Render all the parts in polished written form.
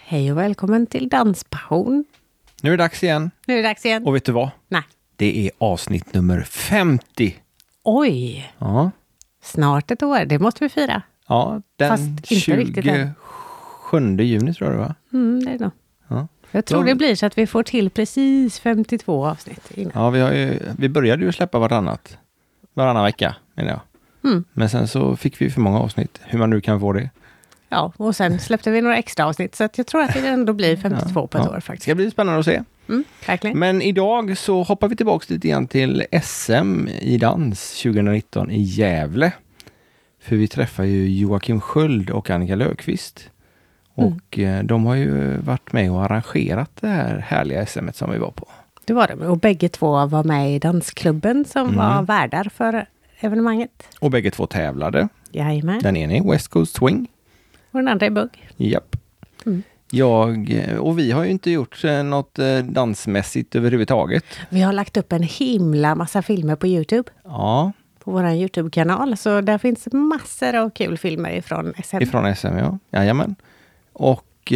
Hej och välkommen till Danspassion. Nu är det dags igen. Och vet du vad? Nej. Det är avsnitt nummer 50. Oj! Ja. Snart ett år, det måste vi fira. Ja, den Fast inte riktigt än. 27 juni tror jag det var. Det är nog. Ja. Jag tror det blir så att vi får till precis 52 avsnitt innan. Ja, vi började ju släppa varannan vecka, menar jag. Men sen så fick vi för många avsnitt, hur man nu kan få det. Ja, och sen släppte vi några extra avsnitt, så att jag tror att det ändå blir 52 på ett år Det faktiskt. ska bli spännande att se. Verkligen. Men idag så hoppar vi tillbaka lite grann till SM i dans 2019 i Gävle. För vi träffar ju Joakim Sköld och Annika Löfqvist. Och de har ju varit med och arrangerat det här härliga SM:et som vi var på. Det var det, och bägge två var med i dansklubben som var värdar för evenemanget. Och bägge två tävlade. Jajamän. Den ena är West Coast Swing. Och den andra är bugg. Japp. Och vi har ju inte gjort något dansmässigt överhuvudtaget. Vi har lagt upp en himla massa filmer på YouTube. Ja. På vår YouTube-kanal. Så där finns massor av kul filmer ifrån SM. Ifrån SM, ja. Jajamän. Och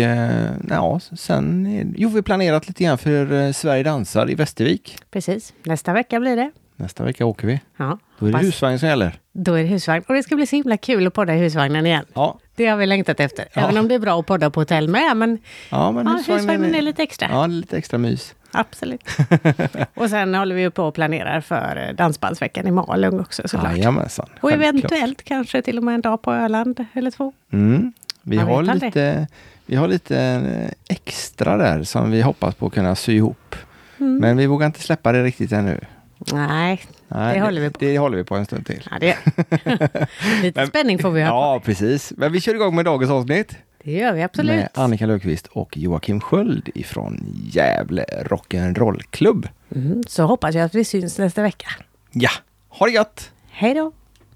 sen vi har planerat lite grann för Sverige dansar i Västervik. Precis. Nästa vecka blir det. Nästa vecka åker vi. Ja. Då är det husvagn som gäller. Då är det husvagn. Och det ska bli så himla kul att podda i husvagnen igen. Ja. Det har vi längtat efter. Även om det är bra att podda på hotell med. Men, husvagnen är lite extra. Ja, lite extra mys. Absolut. Och sen håller vi på och planerar för Dansbandsveckan i Malung också såklart. Jajamensan. Och eventuellt kanske till och med en dag på Öland eller 2. Vi har lite extra där som vi hoppas på att kunna sy ihop. Men vi vågar inte släppa det riktigt ännu. Nej, det håller vi på. Det håller vi på en stund till. Ja, lite spänning får vi ha. Ja, precis. Men vi kör igång med dagens avsnitt. Det gör vi absolut. Med Annika Löfqvist och Joakim Sköld ifrån Gävle Rock'n'Roll-klubb. Så hoppas jag att vi syns nästa vecka. Ja, ha det gött! Hej då!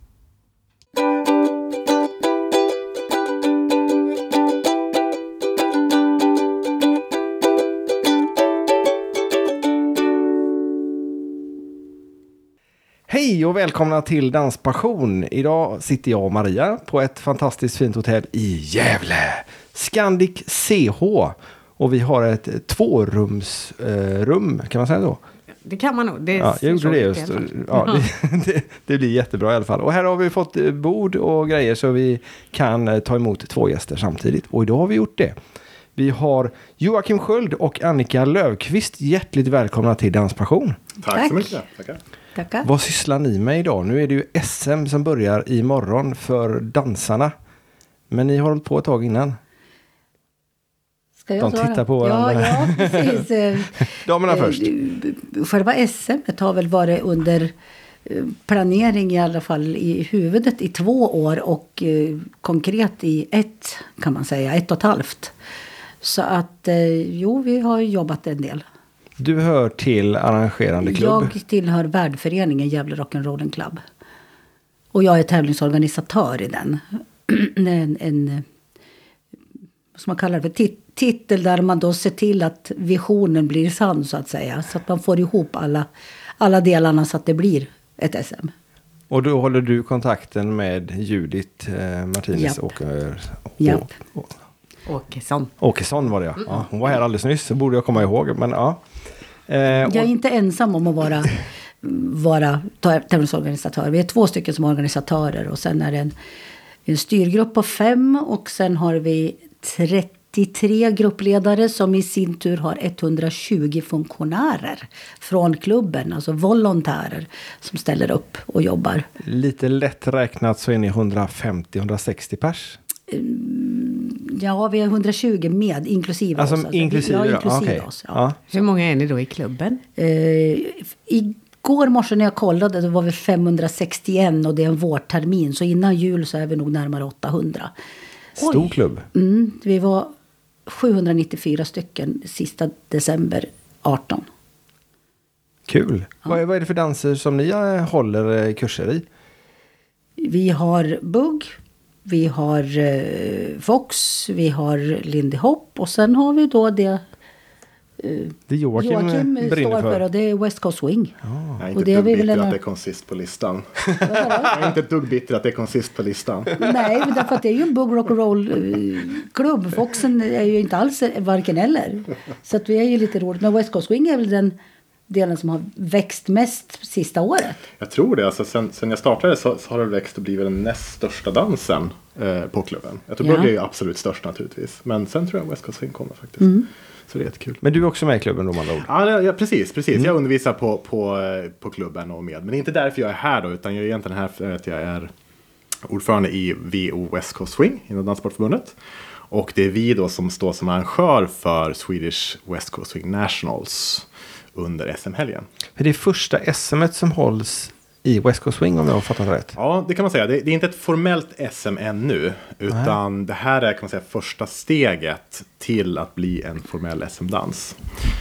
Hej och välkomna till Danspassion. Idag sitter jag och Maria på ett fantastiskt fint hotell i Gävle. Scandic CH. Och vi har ett 2-rumsrum, kan man säga så? Det kan man nog. Jag gjorde det just. Ja, det blir jättebra i alla fall. Och här har vi fått bord och grejer så vi kan ta emot 2 gäster samtidigt. Och idag har vi gjort det. Vi har Joakim Sköld och Annika Löfqvist. Hjärtligt välkomna till Danspassion. Tack så mycket. Tackar. Vad sysslar ni med idag? Nu är det ju SM som börjar imorgon för dansarna. Men ni har hållit på ett tag innan. Ska jag De tittar på varandra. Ja, precis. Damerna först. Själva SM har väl varit under planering i alla fall i huvudet i 2 år och konkret i 1 kan man säga, 1,5. Så att vi har jobbat en del. Du hör till arrangerande klubb. Jag tillhör värdföreningen Gävle Rock'n'Roll Club. Och jag är tävlingsorganisatör i den. en som man kallar det för titel där man då ser till att visionen blir sann så att säga. Så att man får ihop alla delarna så att det blir ett SM. Och då håller du kontakten med Judith Martinez Åkesson var det ja. Ja. Hon var här alldeles nyss, så borde jag komma ihåg. Men ja. Jag är inte ensam om att vara tävlingsorganisatör. Vi är 2 stycken som är organisatörer och sen är det en styrgrupp på 5 och sen har vi 33 gruppledare som i sin tur har 120 funktionärer från klubben, alltså volontärer som ställer upp och jobbar. Lite lätt räknat så är ni 150-160 pers. Ja, vi är 120 med, inklusive oss. Alltså inklusive oss. Ja. Hur många är ni då i klubben? Igår morse när jag kollade då var vi 561 och det är en vårtermin. Så innan jul så är vi nog närmare 800. Stor klubb. Vi var 794 stycken sista december 18. Kul. Ja. Vad är det för danser som ni håller kurser i? Vi har bugg. Vi har Fox, vi har Lindy Hop och sen har vi då det det Joakim står för, och det är West Coast Swing. Jag är inte ett dugg bitter att det kom sist på listan. Jag är inte ett dugg bitter att det kom sist på listan. Nej, men därför att det är ju en bug rock and roll klubb. Foxen är ju inte alls varken eller. Så att vi är ju lite roligt. Men West Coast Swing är väl den delen som har växt mest sista året. Jag tror det. Alltså, sen jag startade så har det växt och blivit den näst största dansen på klubben. Jag tror bugg är ju absolut störst naturligtvis. Men sen tror jag West Coast Swing kommer faktiskt. Så det är jättekul. Men du är också med i klubben, Roman Lord? Ja, precis. Jag undervisar på klubben och med. Men det är inte därför jag är här då, utan jag är egentligen här för att jag är ordförande i VO West Coast Swing inom Danssportförbundet. Och det är vi då som står som arrangör för Swedish West Coast Swing Nationals under SM-helgen. För det är första SM-et som hålls i West Coast Swing, om jag har fattat rätt. Ja, det kan man säga. Det är inte ett formellt SM ännu, utan det här är, kan man säga, första steget till att bli en formell SM-dans.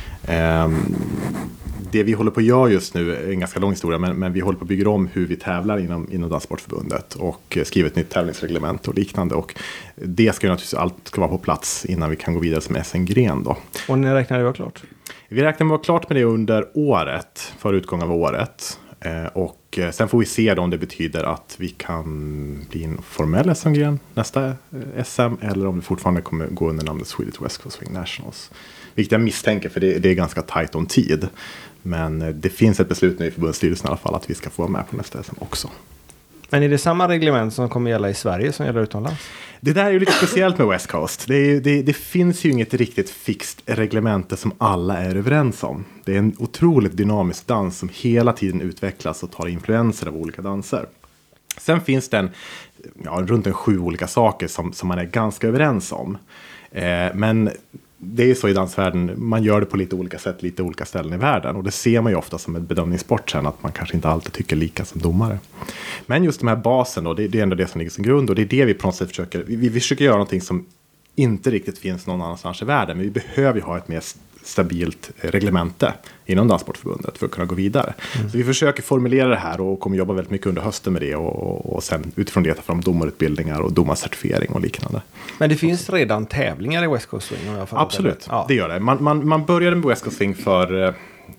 Det vi håller på att göra just nu är en ganska lång historia, men vi håller på att bygga om hur vi tävlar inom Danssportförbundet och skriver ett nytt tävlingsreglement och liknande. Och det ska ju naturligtvis allt ska vara på plats innan vi kan gå vidare som SM-gren då. Och när räknar du vara klart? Vi räknar med att vara klart med det under året, för utgång av året. Och sen får vi se då om det betyder att vi kan bli en formell SM-gren nästa SM, eller om det fortfarande kommer gå under namnet Swedish West Coast Swing Nationals. Vilket jag misstänker, för det är ganska tajt om tid. Men det finns ett beslut nu i förbundsstyrelsen i alla fall att vi ska få vara med på nästa SM också. Men är det samma reglement som kommer gälla i Sverige som gäller utomlands? Det där är ju lite speciellt med West Coast. Det finns ju inget riktigt fixt reglemente som alla är överens om. Det är en otroligt dynamisk dans som hela tiden utvecklas och tar influenser av olika danser. Sen finns det runt 7 olika saker som man är ganska överens om. Men det är så i dansvärlden, man gör det på lite olika sätt, lite olika ställen i världen. Och det ser man ju ofta som en bedömningssport sen, att man kanske inte alltid tycker lika som domare. Men just de här basen då, det är ändå det som ligger som grund. Och det är det vi på något sätt försöker, vi försöker göra någonting som inte riktigt finns någon annanstans i världen. Men vi behöver ju ha ett mer stabilt reglemente inom Danssportförbundet för att kunna gå vidare. Så vi försöker formulera det här och kommer jobba väldigt mycket under hösten med det och sen utifrån det ta fram domarutbildningar och domarcertifiering och liknande. Men det finns redan tävlingar i West Coast Swing? Absolut, det gör det. Man började med West Coast Swing för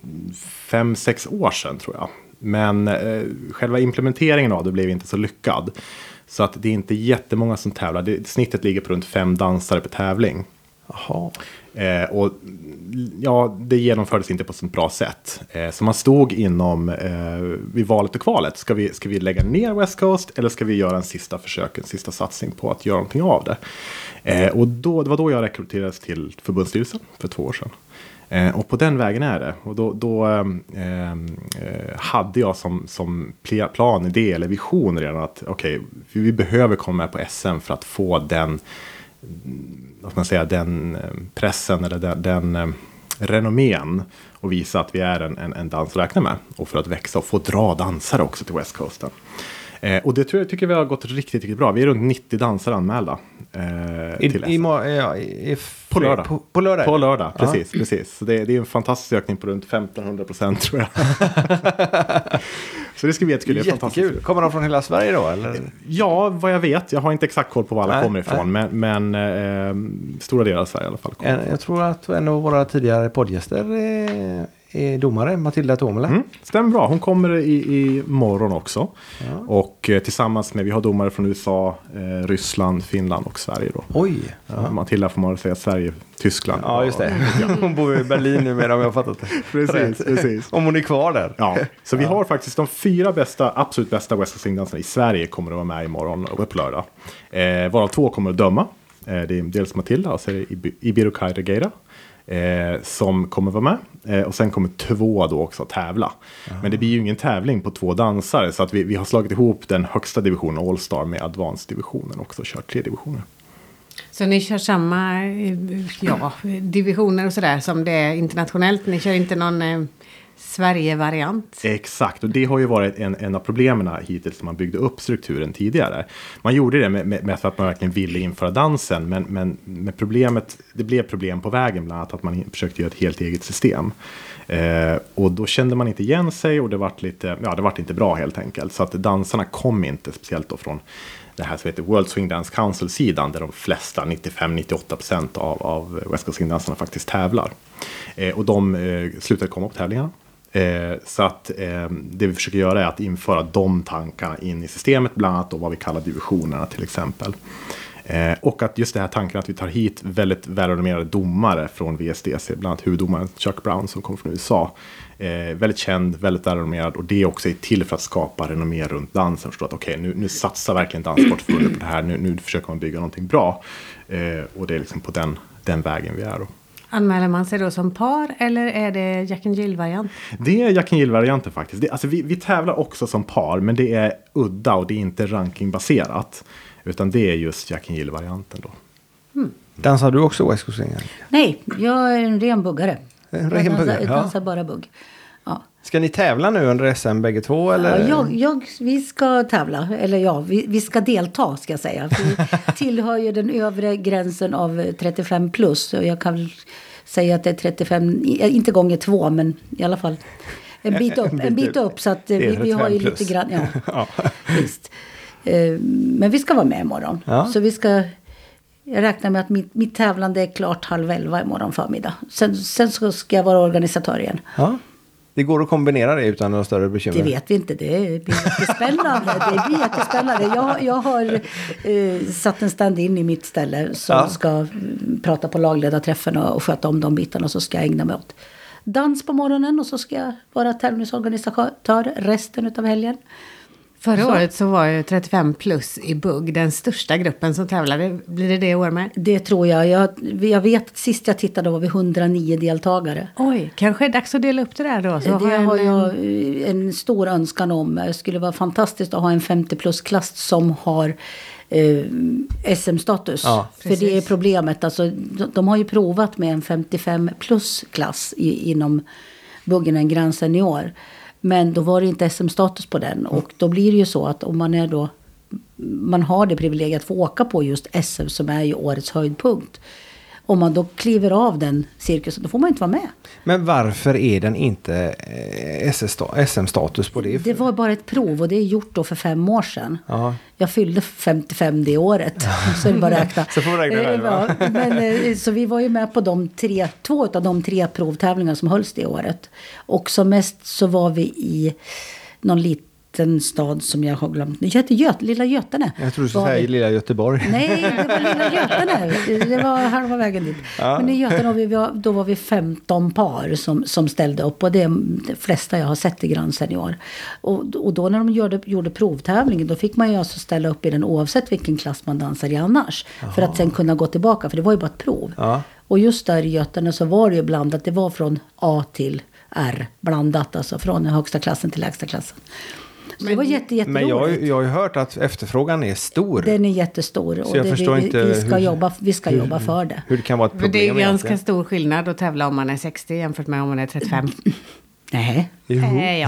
5-6 år sedan tror jag. Men själva implementeringen av det blev inte så lyckad. Så att det är inte jättemånga som tävlar. Snittet ligger på runt 5 dansare per tävling. Jaha. Och det genomfördes inte på ett sånt bra sätt. Så man stod vid valet och kvalet. Ska vi lägga ner West Coast eller ska vi göra en sista satsning på att göra någonting av det? Och det var då jag rekryterades till förbundsstyrelsen för 2 år sedan. Och på den vägen är det. Och då hade jag som plan, idé eller vision redan att vi behöver komma med på SM för att få den pressen eller den renommén och visa att vi är en dans att räkna med. Och för att växa och få dra dansare också till West Coasten. Och det tycker vi har gått riktigt, riktigt bra. Vi är runt 90 dansare anmälda till SM. På lördag. På lördag, precis. Så det är en fantastisk ökning på runt 1500% tror jag. Så det ska bli jättekul. Jättekul. Kommer de från hela Sverige då? Eller? Ja, vad jag vet. Jag har inte exakt koll på var alla kommer ifrån. Men stora delar av Sverige i alla fall. Jag tror att en av våra tidigare poddgäster är domare, Matilda Tomela. Stämmer bra. Hon kommer i morgon också. Ja. Och tillsammans med, vi har domare från USA, Ryssland, Finland och Sverige då. Oj! Ja. Matilda får man säga Sverige, Tyskland. Ja, just det. Hon bor i Berlin nu med om jag har fattat det. Precis. Om hon är kvar där. Ja, så vi har faktiskt de 4 absolut bästa West Coast Swing-dansarna i Sverige kommer att vara med imorgon och på lördag. Varav 2 kommer att döma. Det är dels Matilda och så är det Ibirukai Regeira. Som kommer vara med. Och sen kommer 2 då också att tävla. Men det blir ju ingen tävling på 2 dansare. Så att vi har slagit ihop den högsta divisionen All-Star med Advanced-divisionen också. Och kört 3 divisioner. Så ni kör samma divisioner och sådär som det är internationellt? Ni kör inte någon Sverige-variant? Exakt, och det har ju varit en av problemen hittills när man byggde upp strukturen tidigare. Man gjorde det med för att man verkligen ville införa dansen, men med problemet, det blev problem på vägen bland annat att man försökte göra ett helt eget system. Och då kände man inte igen sig och det vart inte bra helt enkelt. Så att dansarna kom inte speciellt då från det här som heter World Swing Dance Council-sidan, där de flesta, 95-98% av West Coast Swing-dansarna faktiskt tävlar. Och de slutade komma på tävlingarna. Så att det vi försöker göra är att införa de tankarna in i systemet, bland annat då vad vi kallar divisionerna till exempel. Och att just det här tanken att vi tar hit väldigt välrenommerade domare från VSDC, bland annat huvuddomaren Chuck Brown som kommer från USA. Väldigt känd, väldigt välrenommerad, och det också är till för att skapa renommé runt dansen. Förstå att okej, nu satsar verkligen Danssportförbundet på det här, nu försöker man bygga någonting bra. Och det är liksom på den vägen vi är då. Anmäler man sig då som par eller är det Jack and Jill-variant? Det är Jack and Jill-varianten faktiskt. Alltså vi tävlar också som par, men det är udda och det är inte rankingbaserat. Utan det är just Jack and Jill-varianten då. Dansar du också West Coast Swing? Nej, jag är en ren buggare. Jag dansar bara bugg. Ja. Ska ni tävla nu under SM bägge två? Eller? Ja, vi ska tävla. Eller ja, vi ska delta ska jag säga. Vi tillhör ju den övre gränsen av 35 plus. Och jag kan väl säga att det är 35, inte gånger 2, men i alla fall en bit upp. Så att vi har ju lite grann, ja. Visst. Men vi ska vara med imorgon. Ja. Så jag räknar med att mitt tävlande är klart 10:30 imorgon förmiddag. Sen ska jag vara organisatör igen. Ja. Det går att kombinera det utan några större bekymmer? Det vet vi inte. Det blir jättespännande. Jag har satt en stand-in i mitt ställe som ska prata på lagledarträffen och sköta om de bitarna. Och så ska jag ägna mig åt dans på morgonen och så ska jag vara tävlingsorganisatör resten av helgen. Förra året så var ju 35 plus i bugg den största gruppen som tävlade. Blir det år med? Det tror jag. Jag vet att sist jag tittade var vi 109 deltagare. Oj, kanske är dags att dela upp det där då. Så det har jag en stor önskan om. Det skulle vara fantastiskt att ha en 50 plus-klass som har SM-status. Ja, för det är problemet. Alltså, de har ju provat med en 55 plus-klass inom buggen, en Grand Senior. Men då var det inte SM-status på den. Och då blir det ju så att om man har det privilegiet att få åka på just SM som är ju årets höjdpunkt. Om man då kliver av den cirkusen, då får man inte vara med. Men varför är den inte SM-status på det? Det var bara ett prov och det är gjort då för 5 år sedan. Ja. Jag fyllde 55 det året. Så det bara räkna. Så får man räkna men så vi var ju med på 2 av de 3 provtävlingar som hölls det året. Och som mest så var vi i någon liten stad som jag har glömt. Det heter Lilla Götene. Jag tror du skulle säga Lilla Göteborg. Nej, det var Lilla Götene. Det var halva vägen dit. Ja. Men i Götene då var vi 15 par som ställde upp. Och det är de flesta jag har sett i Grand Senior. Och då när de gjorde provtävlingen, då fick man ju alltså ställa upp i den oavsett vilken klass man dansar i annars. Aha. För att sen kunna gå tillbaka. För det var ju bara ett prov. Ja. Och just där i Götene så var det ju blandat. Det var från A till R blandat. Alltså från den högsta klassen till lägsta klassen. Men det var jätteroligt. Men jag har ju hört att efterfrågan är stor. Den är jättestor. Så jag förstår inte vi ska jobba för det. Hur det kan vara ett problem. Det är ju ganska stor skillnad att tävla om man är 60 jämfört med om man är 35. Nej. Ja.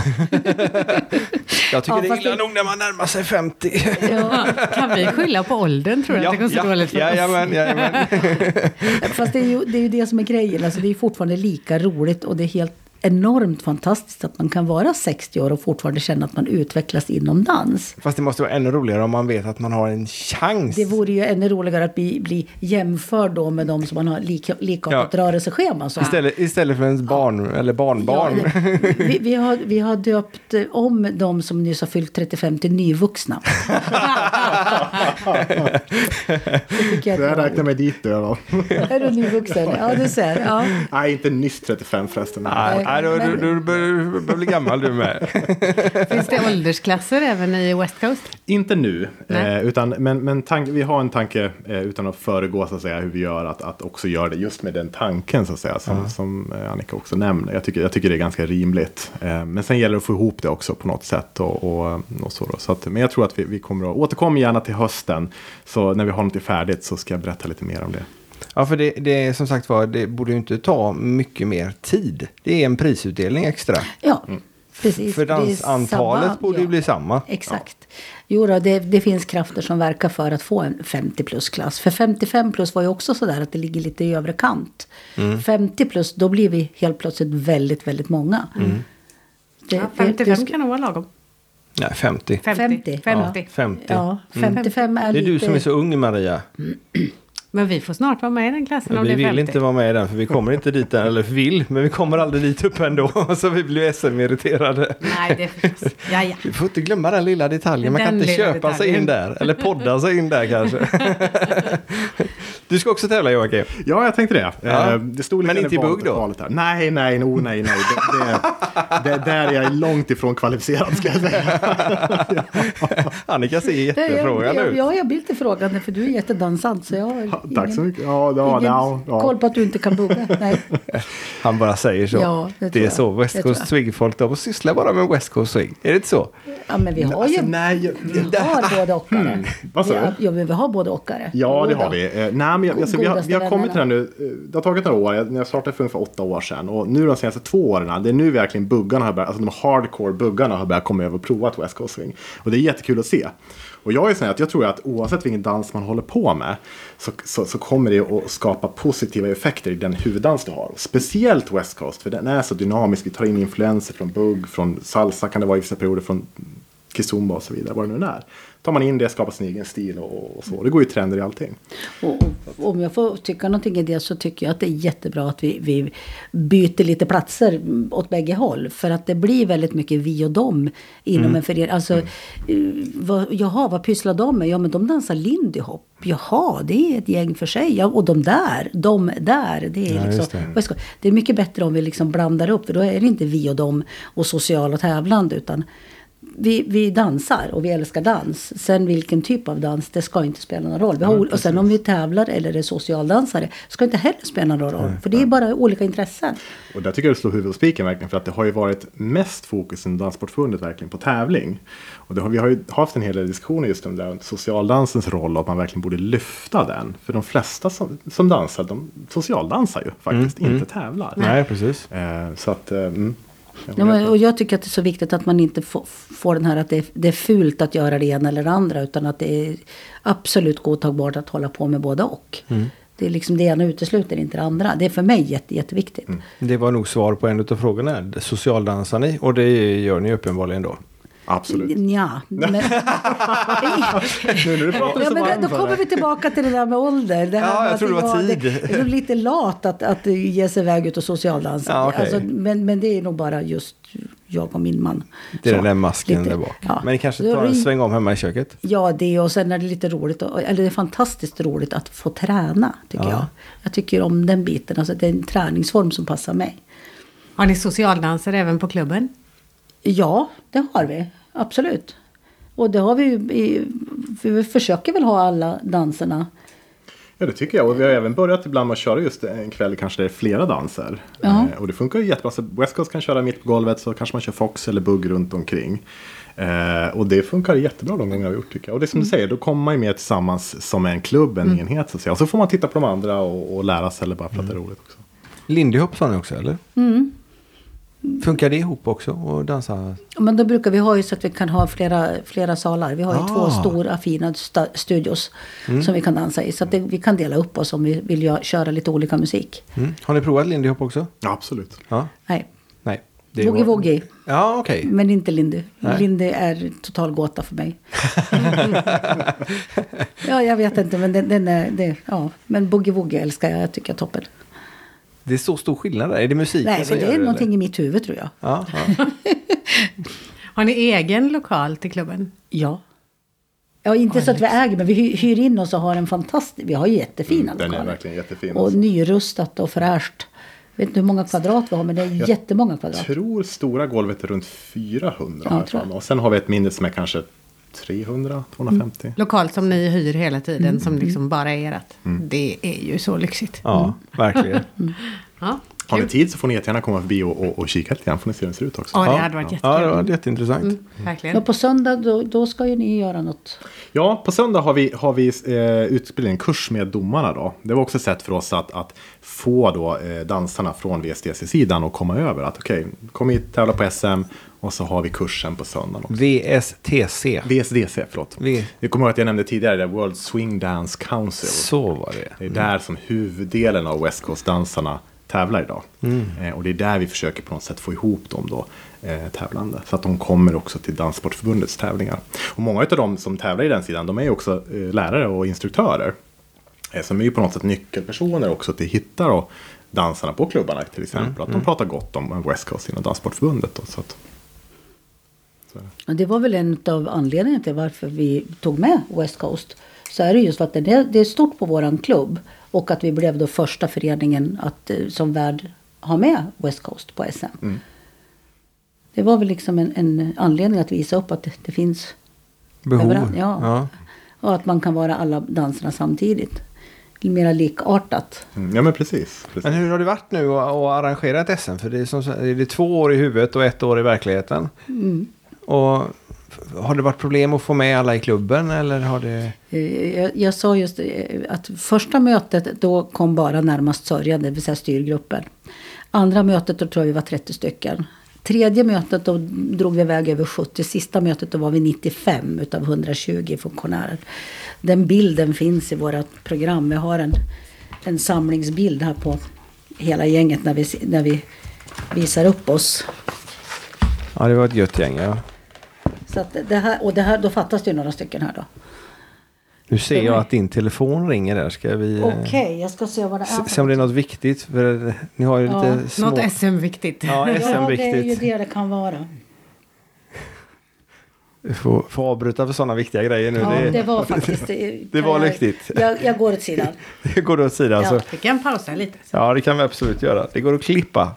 Jag tycker det är illa nog när man närmar sig 50. Ja. Kan vi skylla på åldern, tror jag? Det går så dåligt för oss. Jajamän. Fast det är ju det som är grejen. Alltså, det är fortfarande lika roligt och det är helt enormt fantastiskt att man kan vara 60 år och fortfarande känna att man utvecklas inom dans. Fast det måste vara ännu roligare om man vet att man har en chans. Det vore ju ännu roligare att bli jämförd då med de som man har likartat rörelseschema. Så. Istället för ens barn eller barnbarn. Ja, vi har döpt om de som nyss har fyllt 35 till nyvuxna. Jag räknar med dit då. Är du nyvuxen? Ja, du ser. Ja. Nej, inte nyss 35 förresten. Nej, du börjar bli gammal du med. Finns det åldersklasser även i West Coast? Inte nu, men vi har en tanke utan att föregå så att säga hur vi gör att också göra det just med den tanken så att säga som Annika också nämnde. Jag tycker det är ganska rimligt. Men sen gäller det att få ihop det också på något sätt och så då. Så att, men jag tror att vi kommer att återkomma gärna till hösten, så när vi har något färdigt så ska jag berätta lite mer om det. Ja, för det som sagt var, det borde ju inte ta mycket mer tid. Det är en prisutdelning extra. Ja, precis. För dansantalet borde ju bli samma. Exakt. Ja. Jo då, det finns krafter som verkar för att få en 50 plus-klass. För 55 plus var ju också sådär att det ligger lite i övre kant. 50 plus, då blir vi helt plötsligt väldigt, väldigt många. 55 kan nog vara lagom. Nej, 50. 50. Ja, 50. Ja, 55 är Det är lite... du som är så ung, Maria. Men vi får snart vara med i den klassen om Vi det är vill 50. inte vara med i den, för vi kommer inte dit än, eller vill, men vi kommer aldrig dit upp ändå. Så vi blir SM-irriterade. Nej, det är förstås. Ja. Vi får inte glömma den lilla detaljen. Man kan Den inte lilla köpa sig detaljen. in där. Eller podda sig in där kanske. Du ska också tävla, Joakim. Ja, jag tänkte det. Ja. Det stod Men inte i bugg då? Nej. Det där är jag långt ifrån kvalificerad, ska jag säga. Annika ser jättefrågan nu. Ja, jag blir lite frågande för du är jättedansant. Så jag har Tack så mycket. Ja. koll på att du inte kan bugga. Nej. Han bara säger så. Ja, det det tror är jag. så. West Det tror Coast jag. Swing-folk, de sysslar bara med West Coast Swing. Är det inte så? Ja, men vi har ju... Vi har både åkare. Vad sa du? Ja, men vi har både åkare. Ja, det Jo då. har vi. Nej, men vi har kommit till det här nu. Det har tagit några år. När jag startade för ungefär 8 år sedan. Och nu de senaste 2 åren, det är nu verkligen buggarna har börjat, alltså de hardcore buggarna har börjat komma över och provat West Coast Swing. Och det är jättekul att se. Och jag är sån att jag tror att oavsett vilken dans man håller på med så kommer det att skapa positiva effekter i den huvuddans du har. Speciellt West Coast, för den är så dynamisk. Vi tar in influenser från bugg, från salsa kan det vara i vissa perioder, från kizomba och så vidare, vad det nu är. Tar man in det, skapar sin egen stil och så. Det går ju trender i allting. Och om jag får tycka någonting i det så tycker jag att det är jättebra att vi byter lite platser åt bägge håll. För att det blir väldigt mycket vi och dem inom en förening. Alltså, vad pysslar de med? Ja, men de dansar Lindy Hop. Jaha, det är ett gäng för sig. Ja, och de där, det är liksom... Det är mycket bättre om vi liksom blandar upp. För då är det inte vi och dem och social och tävlande, utan... Vi dansar och vi älskar dans. Sen vilken typ av dans, det ska inte spela någon roll. Och sen om vi tävlar eller är socialdansare, ska inte heller spela någon roll. För det är bara olika intressen. Och där tycker jag det slår huvudet och spiken verkligen. För att det har ju varit mest fokus i Danssportförbundet verkligen på tävling. Och vi har ju haft en hel del diskussioner just om det, socialdansens roll och att man verkligen borde lyfta den. För de flesta som dansar, de socialdansar ju faktiskt, inte tävlar. Nej, precis. Så att... Ja, och jag tycker att det är så viktigt att man inte får den här att det är fult att göra det ena eller det andra, utan att det är absolut godtagbart att hålla på med både och. Det är liksom det ena utesluter inte det andra. Det är för mig jätteviktigt. Det var nog svar på en av frågorna. Socialdansar ni? Och det gör ni uppenbarligen då. Absolut. Ja, men då kommer vi tillbaka till det där med ålder. Det här jag tror det var tid. Det är lite lat att ge sig iväg ut och socialdansa. Ja, okay. Alltså, men det är nog bara just jag och min man. Det är den där masken där bak. Ja. Men ni kanske tar en sväng om hemma i köket? Ja, det, och sen är det lite roligt. Eller det är fantastiskt roligt att få träna, tycker jag. Jag tycker om den biten. Alltså, det är en träningsform som passar mig. Har ni socialdansare även på klubben? Ja, det har vi. Absolut. Och det har vi försöker väl ha alla danserna. Ja, det tycker jag. Och vi har även börjat ibland med att köra just en kväll kanske det är flera danser. Och det funkar ju jättebra. Så West Coast kan köra mitt på golvet, så kanske man kör Fox eller bugg runt omkring. Och det funkar jättebra de gånger vi har gjort, tycker jag. Och det är som du säger, då kommer man ju med tillsammans som en klubb, en enhet så att säga. Och så får man titta på de andra och lära sig, eller bara för att det är roligt också. Lindy Hop sa ni också, eller? Funkar det ihop också och dansa? Ja, men då brukar vi ha ju så att vi kan ha flera salar. Vi har ju 2 stora fina studios som vi kan dansa i. Så att vi kan dela upp oss om vi vill köra lite olika musik. Har ni provat Lindy Hop också? Ja, absolut. Ja. Nej. Boogie. Ja, okej. Okay. Men inte Lindy. Nej. Lindy är total gåta för mig. Ja, jag vet inte, men den är... Men Boogie älskar jag. Jag tycker jag är toppen. Det är så stor skillnad där. Är det musiken? Nej, men det är någonting i mitt huvud, tror jag. Ja. Har ni egen lokal till klubben? Ja. Ja, inte så att vi äger, men vi hyr in oss och har en fantastisk... Vi har jättefina lokaler. Den är verkligen jättefin. Och nyrustat och fräscht. Jag vet inte hur många kvadrat vi har, men det är jättemånga kvadrat. Jag tror stora golvet är runt 400 härifrån. Och sen har vi ett mindre som är kanske 300, 250. Lokal som ni hyr hela tiden, som liksom bara är ert. Det är ju så lyxigt. Ja, verkligen. Ja, har ni tid så får ni jättegärna komma förbi och kika lite grann. Får ni se hur det ser ut också. Ja, det hade varit jättekul. Ja, det var jätteintressant. Verkligen. Ja, på söndag då ska ju ni göra något. Ja, på söndag har vi utbildat en kurs med domarna då. Det var också ett sätt för oss att få då dansarna från VSDC-sidan och komma över. Att kom hit, tävla på SM och så har vi kursen på söndagen också. VSDC, förlåt. Vi kommer ihåg att jag nämnde tidigare det World Swing Dance Council. Så var det. Det är där som huvuddelen av West Coast-dansarna tävlar idag. Och det är där vi försöker på något sätt få ihop dem då, tävlande. Så att de kommer också till Danssportförbundets tävlingar. Och många av dem som tävlar i den sidan, de är ju också lärare och instruktörer. Som är ju på något sätt nyckelpersoner också till att hitta då dansarna på klubbarna till exempel. Att de pratar gott om West Coast inom Danssportförbundet då, så att... Det var väl en av anledningarna till varför vi tog med West Coast. Så är det just för att det är stort på våran klubb. Och att vi blev då första föreningen att som värd ha med West Coast på SM. Det var väl liksom en anledning att visa upp att det finns behov. Ja. Och att man kan vara alla danserna samtidigt. Mer likartat. Ja, men precis. Men hur har det varit nu att arrangera ett SM? För det är 2 år i huvudet och 1 år i verkligheten. Och har det varit problem att få med alla i klubben? Eller har det... Jag sa just att första mötet då kom bara närmast sörjande, det vill säga styrgruppen. Andra mötet då tror jag vi var 30 stycken. Tredje mötet då drog vi iväg över 70. Sista mötet då var vi 95 utav 120 funktionärer. Den bilden finns i vårt program. Vi har en samlingsbild här på hela gänget när vi visar upp oss. Ja, det var ett gött gäng, ja. Så att då fattas det ju några stycken här då. Nu ser jag att din telefon ringer där. Ska vi... Okej, jag ska se vad det är. Se om det är något viktigt. För ni har ju lite små... Något SM-viktigt. Ja, SM-viktigt. Ja, det är ju det kan vara. Vi får avbryta för sådana viktiga grejer nu. Ja, det var faktiskt... Det var viktigt. Jag går åt sidan. Det går åt sidan. Ja. Så. Vi kan pausa lite. Ja, det kan vi absolut göra. Det går att klippa.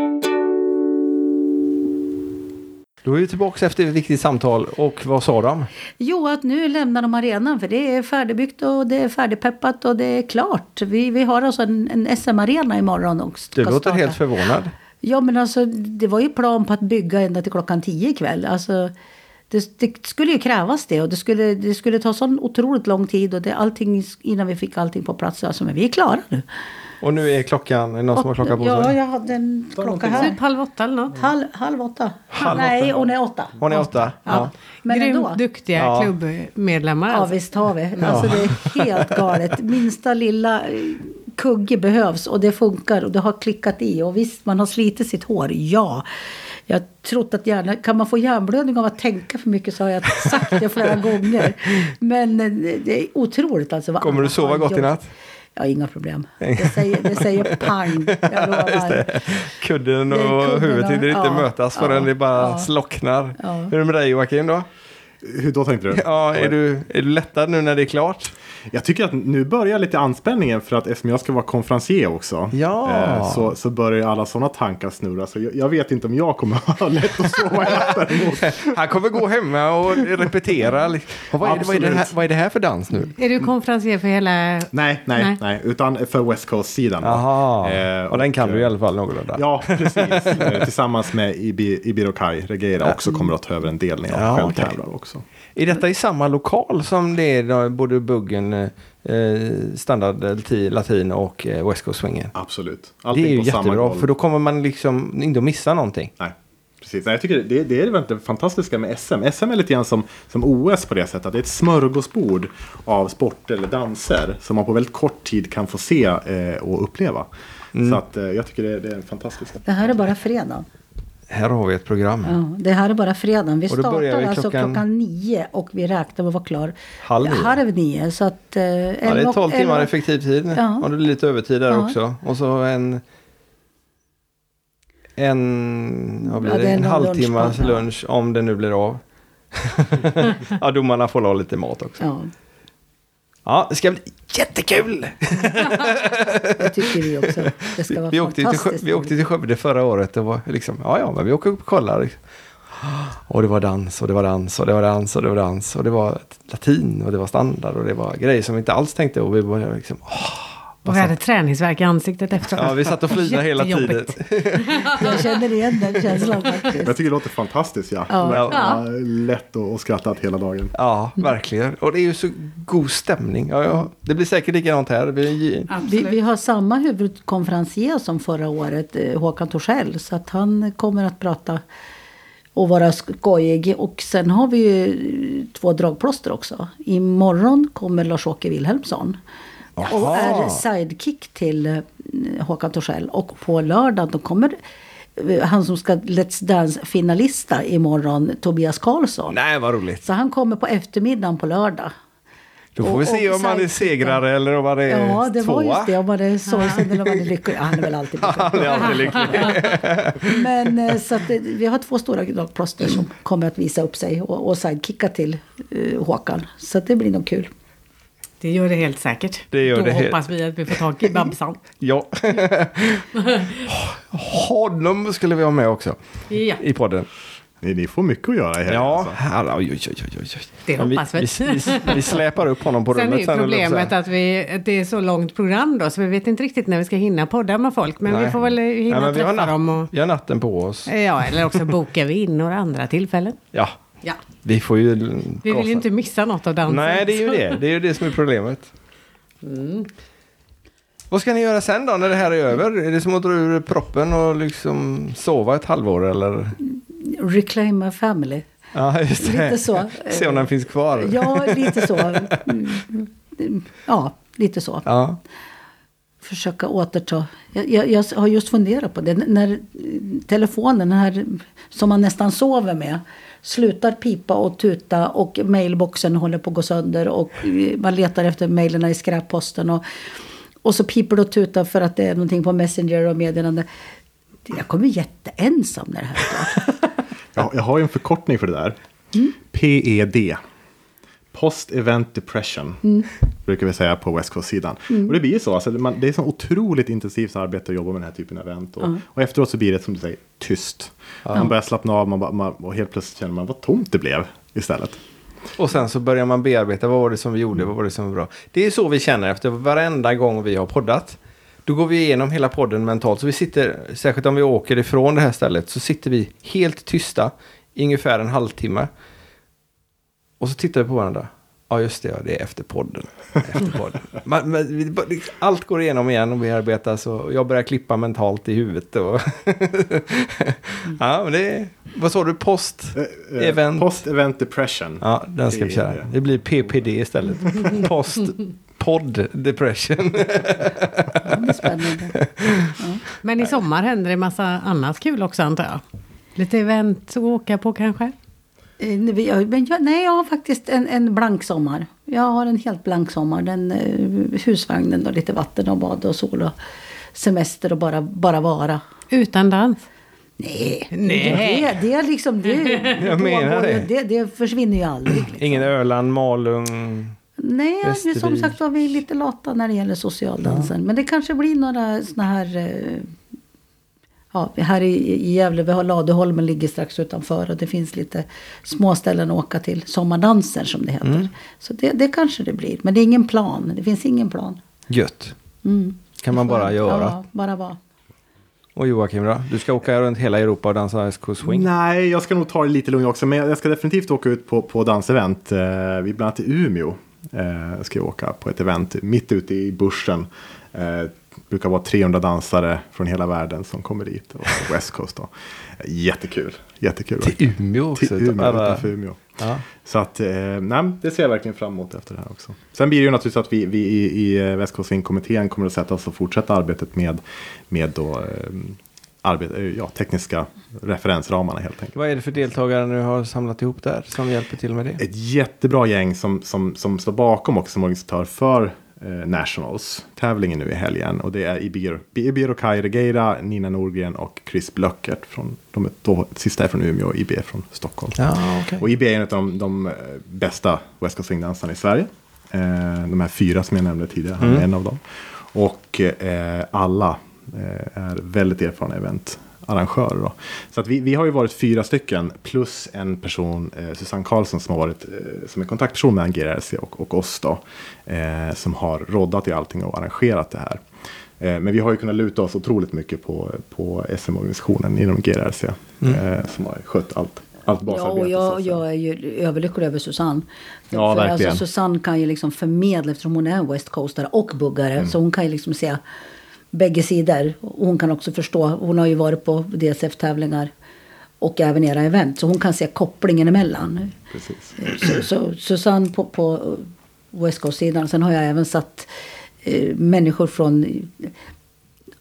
Då är vi tillbaka efter ett viktigt samtal. Och vad sa de? Jo, att nu lämnar de arenan. För det är färdigbyggt och det är färdigpeppat och det är klart. Vi har alltså en SM-arena imorgon. Och Du låter helt förvånad. Ja, men alltså det var ju plan på att bygga ända till 10:00 ikväll. Alltså... Det skulle ju krävas det och det skulle ta sån otroligt lång tid och allting innan vi fick allting på plats. Alltså, men vi är klara nu. Och nu är klockan, är någon som har klockan på sig? Ja, jag hade en klocka här. Typ 7:30 eller något. Halv åtta. Nej, hon är 8. Hon är 8? Ja. Men grymt ändå. duktiga klubbmedlemmar. Ja, alltså. visst har vi. Alltså det är helt galet. Minsta lilla kugge behövs och det funkar och det har klickat i. Och visst, man har slitit sitt hår, ja. Jag har trott att kan man få hjärnblödning av att tänka för mycket så har jag sagt det flera gånger. Men det är otroligt alltså. Kommer du sova gott i natt? Ja, inga problem. Det säger pang. Jag lovar. Kudden och huvudet hinner inte mötas förrän det bara slocknar. Ja. Hur är det med dig, Joakim, då? Hur då tänkte du? Ja, är du lättad nu när det är klart? Jag tycker att nu börjar lite anspänningen för att eftersom jag ska vara konferencier också så börjar alla sådana tankar snurra. Så jag vet inte om jag kommer ha lätt att sova i natten. Han kommer gå hemma och repetera. Vad är det här för dans nu? Är du konferencier för hela... Nej, utan för West Coast-sidan. Jaha, och den kan du i alla fall någorlunda. Ja, precis. Tillsammans med Ibirokai Regeira också kommer att ta över en del när jag själv tävlar också. Är detta i samma lokal som det är både buggen, standard latin och West Coast swingen? Absolut. Allting det är ju jättebra, för då kommer man liksom inte att missa någonting. Nej, precis. Jag tycker det är det fantastiska med SM. SM är lite grann som OS på det sättet. Att det är ett smörgåsbord av sport eller danser som man på väldigt kort tid kan få se och uppleva. Så att jag tycker det är fantastiskt. Det här är bara fredag. Här har vi ett program. Ja, det här är bara fredagen. Vi startar alltså klockan 9 och vi räknar med att vara klar halv 9. Så att, det är 12 timmar effektiv tid. Ja. Och det blir lite övertid där också. Och så en halvtimmas lunch om det nu blir av. Ja, domarna får ha lite mat också. Ja, det ska bli jättekul! Det tycker vi också. Det ska vara fantastiskt. Vi åkte till Skövde förra året. Det var liksom, men vi åker upp och kollar. Liksom. Och det var dans, och det var dans, och det var dans, och det var dans. Och det var latin, och det var standard, och det var grejer som vi inte alls tänkte. Och vi var liksom... Och vi hade träningsverk i ansiktet efter. Ja, vi satt och flydde hela tiden. Jag känner igen den känslan faktiskt. Jag tycker det låter fantastiskt, lätt och skrattat hela dagen. Ja, verkligen. Och det är ju så god stämning. Ja. Det blir säkert likadant här. Vi har samma huvudkonferencier som förra året, Håkan Torssell. Så att han kommer att prata och vara skojig. Och sen har vi ju 2 dragplåster också. Imorgon kommer Lars-Åke Wilhelmsson. Och är sidekick till Håkan Torssell. Och på lördag då kommer han som ska Let's Dance-finalista imorgon, Tobias Karlsson. Nej, vad roligt. Så han kommer på eftermiddagen på lördag. Då får vi se om man är segrare eller om man är tvåa. Ja, det var just det. Om man är sorgsen eller om man är lycklig. Han är väl alltid lycklig. Han är alltid lycklig. Men så att vi har 2 stora dragplåster som kommer att visa upp sig och sidekicka till Håkan. Så att det blir nog kul. Det gör det helt säkert. Då hoppas vi att vi får tag i Babsan. Ja. Honom skulle vi ha med också i podden. Ni får mycket att göra i helgen. Ja, alltså. oj. Det hoppas vi. Vi släpar upp honom på rummet. Sen är problemet att det är så långt program då, så vi vet inte riktigt när vi ska hinna podda med folk. Men vi får väl hinna träffa dem. Vi har natten på oss. Ja, eller också bokar vi in några andra tillfällen. Ja. Vi får ju... Vi vill ju inte missa något av dansen. Nej, det är ju det. Det är ju det som är problemet. Vad ska ni göra sen då när det här är över? Är det som att dra ur proppen och liksom sova ett halvår eller? Reclaim my family. Ja, just det. Lite så. Se om den finns kvar. Ja, lite så. Ja, lite så. Ja. Försöka återta. Jag har just funderat på det. När telefonen här som man nästan sover med slutar pipa och tuta och mailboxen håller på att gå sönder och man letar efter mailerna i skräpposten och så piper det och tutar för att det är någonting på Messenger och meddelande. Jag kommer jätteensam när det här är klart. Jag har ju en förkortning för det där. PED. Post-Event Depression. Brukar vi säga på West Coast-sidan. Och det blir ju så. Alltså, det är så otroligt intensivt arbete att jobba med den här typen av event. Och efteråt så blir det som du säger tyst. Man börjar slappna av och helt plötsligt känner man vad tomt det blev istället. Och sen så börjar man bearbeta vad var det som vi gjorde, vad var det som var bra. Det är så vi känner efter varenda gång vi har poddat. Då går vi igenom hela podden mentalt. Så vi sitter, särskilt om vi åker ifrån det här stället, så sitter vi helt tysta i ungefär en halvtimme. Och så tittar vi på varandra. Ja, just det. Ja, det är efter podden. Allt går igenom igen och bearbetas. Och jag börjar klippa mentalt i huvudet. Och ja, men det är... Vad sa du? Post-event? Post-event depression. Ja, den ska vi köra. Det blir PPD istället. Post-pod depression. Det är spännande. Ja. Men i sommar händer det massa annat kul också, antar jag. Lite event att åka på kanske? Nej, jag har faktiskt en blank sommar. Jag har en helt blank sommar. Husvagnen och lite vatten och bad och sol och semester och bara vara. Utan dans? Nej. Det är liksom det. Jag menar det. Det försvinner ju aldrig. Liksom. Ingen Öland, Malung. Nej, som sagt var vi lite lata när det gäller socialdansen. Men det kanske blir några såna här... Ja, här i Gävle, vi har Ladeholmen ligger strax utanför och det finns lite små ställen att åka till, sommardanser som det heter. Så det kanske det blir, men det är ingen plan, det finns ingen plan. Gött. Kan man bara göra. Ja, bara vara. Och Joakim då? Du ska åka runt hela Europa och dansa West Coast Swing? Nej, jag ska nog ta det lite lugnt också, men jag ska definitivt åka ut på dansevent. Vi bland annat i Umeå ska jag åka på ett event mitt ute i bushen. Brukar vara 300 dansare från hela världen som kommer dit. Och West Coast då. Jättekul. Till Umeå också. Till Umeå, utanför Umeå. Ja. Så att, det ser jag verkligen fram emot efter det här också. Sen blir det ju naturligtvis att vi i West Coast Swing-kommittén kommer att sätta oss och fortsätta arbetet med då, tekniska referensramarna helt enkelt. Vad är det för deltagare ni har samlat ihop där som hjälper till med det? Ett jättebra gäng som står bakom också som organisatör för Nationals-tävlingen nu i helgen. Och det är Ibir och Kai Regeira, Nina Norgren och Chris Blöckert. Sista är från Umeå och IB är från Stockholm. Ja, okay. Och IB är en av de bästa West Coast Swing-dansarna i Sverige. De här 4 som jag nämnde tidigare, han är en av dem. Och alla är väldigt erfarna eventarrangörer då. Så att vi har ju varit 4 stycken plus en person, Susanne Karlsson, som har varit som är kontaktperson med GRRC och oss då, som har roddat i allting och arrangerat det här. Men vi har ju kunnat luta oss otroligt mycket på SM-organisationen inom GRRC som har skött allt basarbete. Ja, jag är ju överlycklig över Susanne. Ja, för verkligen. Alltså, Susanne kan ju liksom förmedla, eftersom hon är en West Coastare och buggare, så hon kan ju liksom se bägge sidor. Och hon kan också förstå, hon har ju varit på DSF-tävlingar och även era event, så hon kan se kopplingen emellan. Precis. Så Susanne på West Coast-sidan. Sen har jag även satt människor från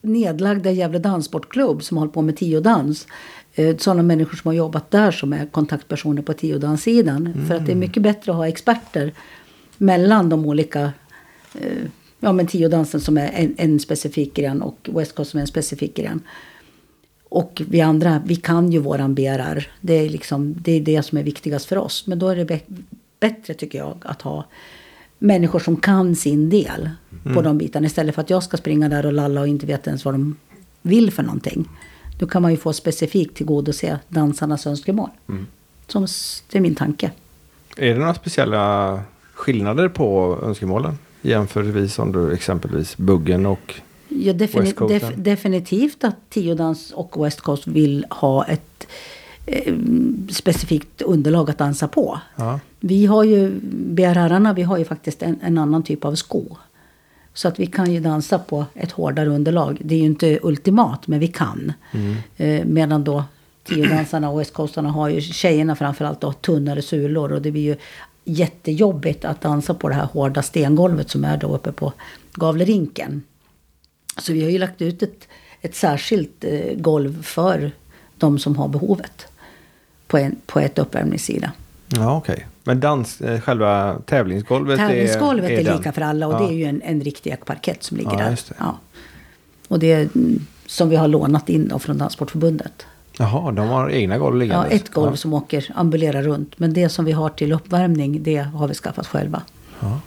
nedlagda Gävle danssportklubb som håller på med tiodans. Sådana människor som har jobbat där som är kontaktpersoner på tiodanssidan. För att det är mycket bättre att ha experter mellan de olika, men tiodansen som är en specifik gren och West Coast som är en specifik gren. Och vi andra, vi kan ju våran BRR. Det är det som är viktigast för oss. Men då är det bättre tycker jag att ha människor som kan sin del på de bitarna. Istället för att jag ska springa där och lalla och inte veta ens vad de vill för någonting. Då kan man ju få specifikt tillgodose dansarnas önskemål. Det är min tanke. Är det några speciella skillnader på önskemålen? Jämförelsevis om du exempelvis buggen och West Coast? Definitivt att tiodans och West Coast vill ha ett specifikt underlag att dansa på. Ja. Vi har ju, BRR-arna, vi har ju faktiskt en annan typ av sko. Så att vi kan ju dansa på ett hårdare underlag. Det är ju inte ultimat, men vi kan. Medan då tiodansarna och West Coastarna har ju, tjejerna framförallt då, tunnare sulor. Och det blir ju jättejobbigt att dansa på det här hårda stengolvet som är då uppe på Gavlerinken. Så vi har ju lagt ut ett särskilt golv för de som har behovet på ett uppvärmningssida. Ja, okej. Men själva tävlingsgolvet är lika för alla och det är ju en riktig ekparkett som ligger där. Just det. Ja. Och det är som vi har lånat in då från Danssportförbundet. Jaha, de har egna golv liggande. Ja, ett golv som ambulerar runt. Men det som vi har till uppvärmning, det har vi skaffat själva. Ja.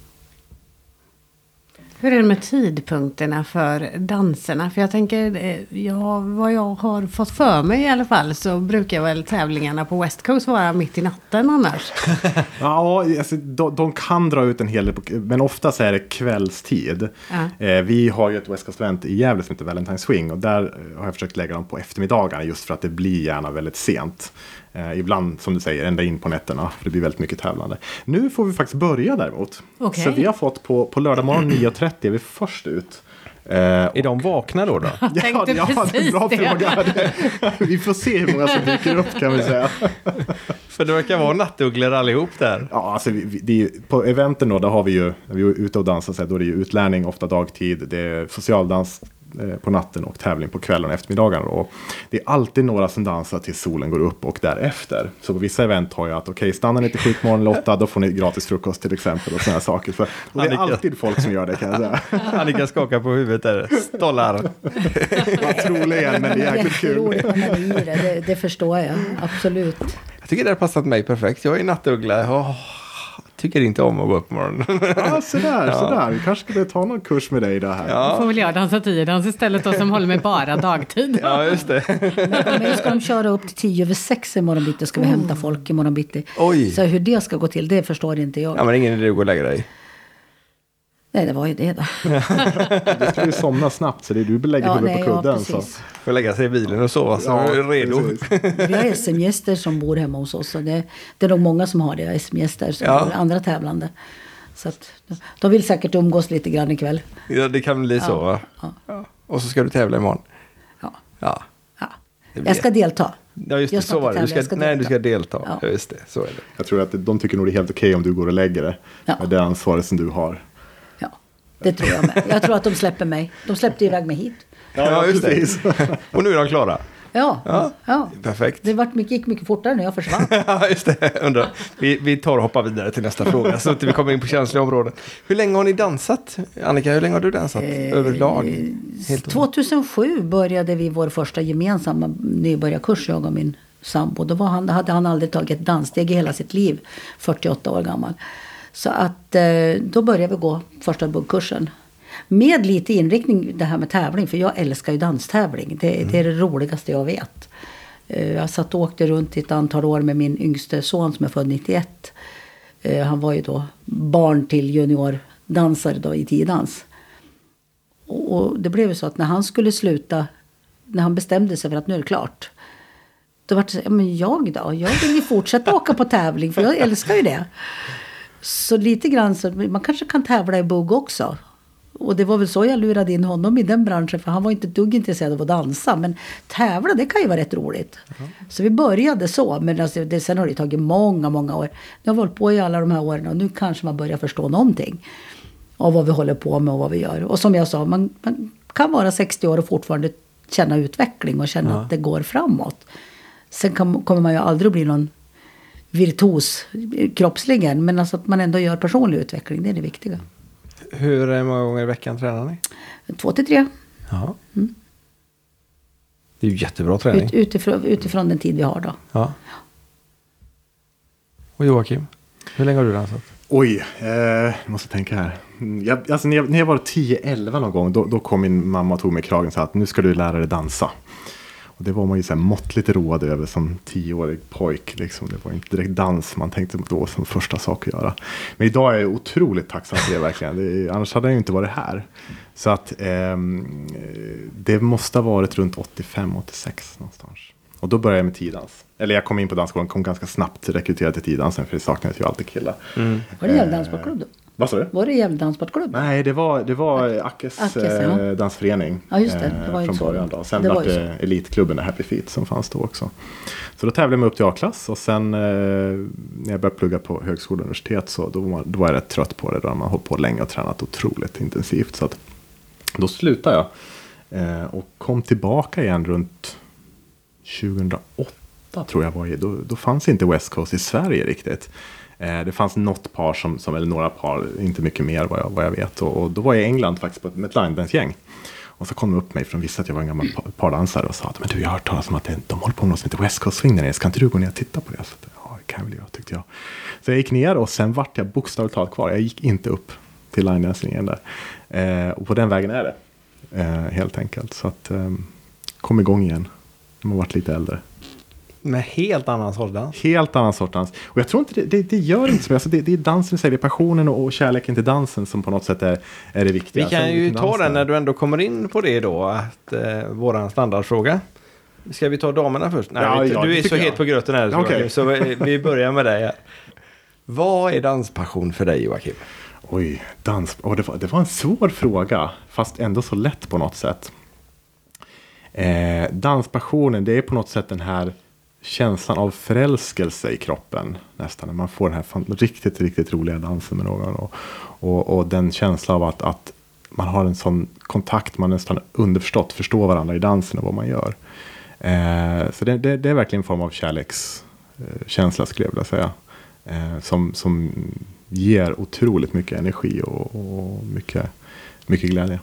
Hur är det med tidpunkterna för danserna? För jag tänker, vad jag har fått för mig i alla fall så brukar väl tävlingarna på West Coast vara mitt i natten annars. Ja, alltså, de kan dra ut en hel del, men oftast är det kvällstid. Vi har ju ett West Coast-event i Gävle som heter Valentine Swing och där har jag försökt lägga dem på eftermiddagarna just för att det blir gärna väldigt sent. Ibland, som du säger, ända in på nätterna. För det blir väldigt mycket tävlande. Nu får vi faktiskt börja däremot. Okay. Så vi har fått på lördag morgon 9.30 är vi först ut. Är de vakna då? Ja, det är en bra fråga. Vi får se hur många som dyker upp kan vi säga. För det verkar vara nattugglor allihop där. Ja, alltså det är, på eventen då har vi ju, när vi är ute och dansar så här, då är det ju utlärning ofta dagtid. Det är socialdans på natten och tävling på kvällen och eftermiddagen. Och det är alltid några som dansar tills solen går upp och därefter. Så på vissa event har jag att stannar ni till 7 på morgonen 8, då får ni gratis frukost till exempel och sådana saker. Och det är alltid folk som gör det kan jag säga. Annika skakar på huvudet där. Stollar. Troligen, men det är jäkligt kul. Det förstår jag, absolut. Jag tycker det har passat mig perfekt. Jag är nattuggla. Tycker inte om att gå upp på morgonen. Ja, sådär. Vi kanske skulle ta någon kurs med dig där här. Ja. Då får väl jag dansa tiodans istället då, som håller mig bara dagtid. Ja, just det. Men ska de köra upp till 10:06 i morgonbitti, ska vi hämta folk i morgonbitti. Oj. Så hur det ska gå till, det förstår inte jag. Ja, men ingen idé att gå och lägga dig. Nej, det var ju det då. Du ska ju somna snabbt så det är du belägger huvudet på kudden. Så. Får lägga sig i bilen och sova så är du redo. Vi har SM-gäster som bor hemma hos oss. Och det är nog många som har det. SM-gäster som har andra tävlande. Så att, de vill säkert umgås lite grann ikväll. Ja, det kan bli så va? Ja. Och så ska du tävla imorgon. Ja. Jag ska delta. Ja, just det. Så var det. Du ska delta. Ja, just det. Så är det. Jag tror att de tycker nog det är helt okej om du går och lägger det. Med det ansvaret som du har. Det tror jag med. Jag tror att de släpper mig. De släppte iväg mig hit. Ja, just det. Och nu är de klara. Ja. Perfekt. Det gick mycket fortare när jag försvann. Ja, just det. Vi tar och hoppar vidare till nästa fråga så att vi kommer in på känsliga områden. Hur länge har ni dansat? Annika, hur länge har du dansat överlag? 2007 började vi vår första gemensamma nybörjarkurs, jag och min sambo. Då hade han aldrig tagit ett danssteg i hela sitt liv, 48 år gammal. Så att då började vi gå första buggkursen. Med lite inriktning det här med tävling. För jag älskar ju danstävling. Det är det roligaste jag vet. Jag satt och åkte runt i ett antal år med min yngste son som är född 91. Han var ju då barn till juniordansare då i tiodans. Och det blev ju så att när han skulle sluta. När han bestämde sig för att nu är det klart. Då var det så, men jag vill ju fortsätta åka på tävling. För jag älskar ju det. Så lite grann så man kanske kan tävla i bugg också. Och det var väl så jag lurade in honom i den branschen. För han var inte dugg intresserad av att dansa. Men tävla, det kan ju vara rätt roligt. Så vi började så. Men alltså, sen har det tagit många år. Nu har vi hållit på i alla de här åren. Och nu kanske man börjar förstå någonting. Av vad vi håller på med och vad vi gör. Och som jag sa, man kan vara 60 år och fortfarande känna utveckling och känna att det går framåt. Sen kommer man ju aldrig att bli någon virtuos kroppsligen, men alltså att man ändå gör personlig utveckling, det är det viktiga. Hur många gånger i veckan tränar ni? 2 till 3. Ja. Det är ju jättebra träning. Utifrån den tid vi har då. Ja. Och Joakim, hur länge har du dansat? Oj, jag måste tänka här. När jag var 10-11 någon gång, då kom min mamma och tog mig i kragen och sa att nu ska du lära dig dansa. Och det var man ju så här måttligt road över som 10-årig pojk. Liksom. Det var inte direkt dans man tänkte då som första sak att göra. Men idag är jag otroligt tacksam för det verkligen. Annars hade jag ju inte varit här. Så att det måste ha varit runt 85-86 någonstans. Och då började jag med tiddans. Eller jag kom in på dansskolan, kom ganska snabbt rekryterad till tiddansen, för det saknades ju alltid killar. Var det Gävle danssportklubb då? Vad sa du? Var det Gävle danssportklubb? Nej, det var Ackes dansförening. Ja, just det. Det var från ju början då. Sen det var det elitklubben, Happy Feet, som fanns då också. Så då tävlade jag mig upp till A-klass. Och sen när jag började plugga på högskola och universitet, så då var jag rätt trött på det. Då man hållit på länge och tränat otroligt intensivt. Så att, då slutade jag. Och kom tillbaka igen runt 2008 tror jag var i. Då fanns inte West Coast i Sverige riktigt. Det fanns något par som eller några par, inte mycket mer vad jag vet. Och då var jag i England faktiskt med ett line-dance-gäng. Och så kom de upp mig från vissa att jag var en gammal pardansare och sa att men du, jag har hört talas om att de håller på med något som heter West Coast Swing där nere. Ska inte du gå ner och titta på det? Så att, ja, det kan jag väl göra, tyckte jag. Så jag gick ner och sen vart jag bokstavligt talat kvar. Jag gick inte upp till line-dancingen där. Och på den vägen är det. Helt enkelt. Så att kom igång igen. De har varit lite äldre. Med helt annan sorts dans? Helt annan sorts dans. Och jag tror inte det gör inte så. Alltså det är dansen, det är passionen och kärleken till dansen som på något sätt är det viktiga. Vi kan ju ta den när du ändå kommer in på det då. Att våran standardfråga. Ska vi ta damerna först? Nej, du är så helt på gröten här. Okay. Så vi börjar med dig. Vad är danspassion för dig, Joakim? Oj, dans. Det var en svår fråga. Fast ändå så lätt på något sätt. Danspassionen, det är på något sätt den här känslan av förälskelse i kroppen nästan. När man får den här riktigt, riktigt roliga dansen med någon. Och den känslan av att man har en sån kontakt, man nästan underförstått förstår varandra i dansen och vad man gör. Så det är verkligen en form av kärlekskänsla skulle jag vilja säga. Som ger otroligt mycket energi och mycket glädje.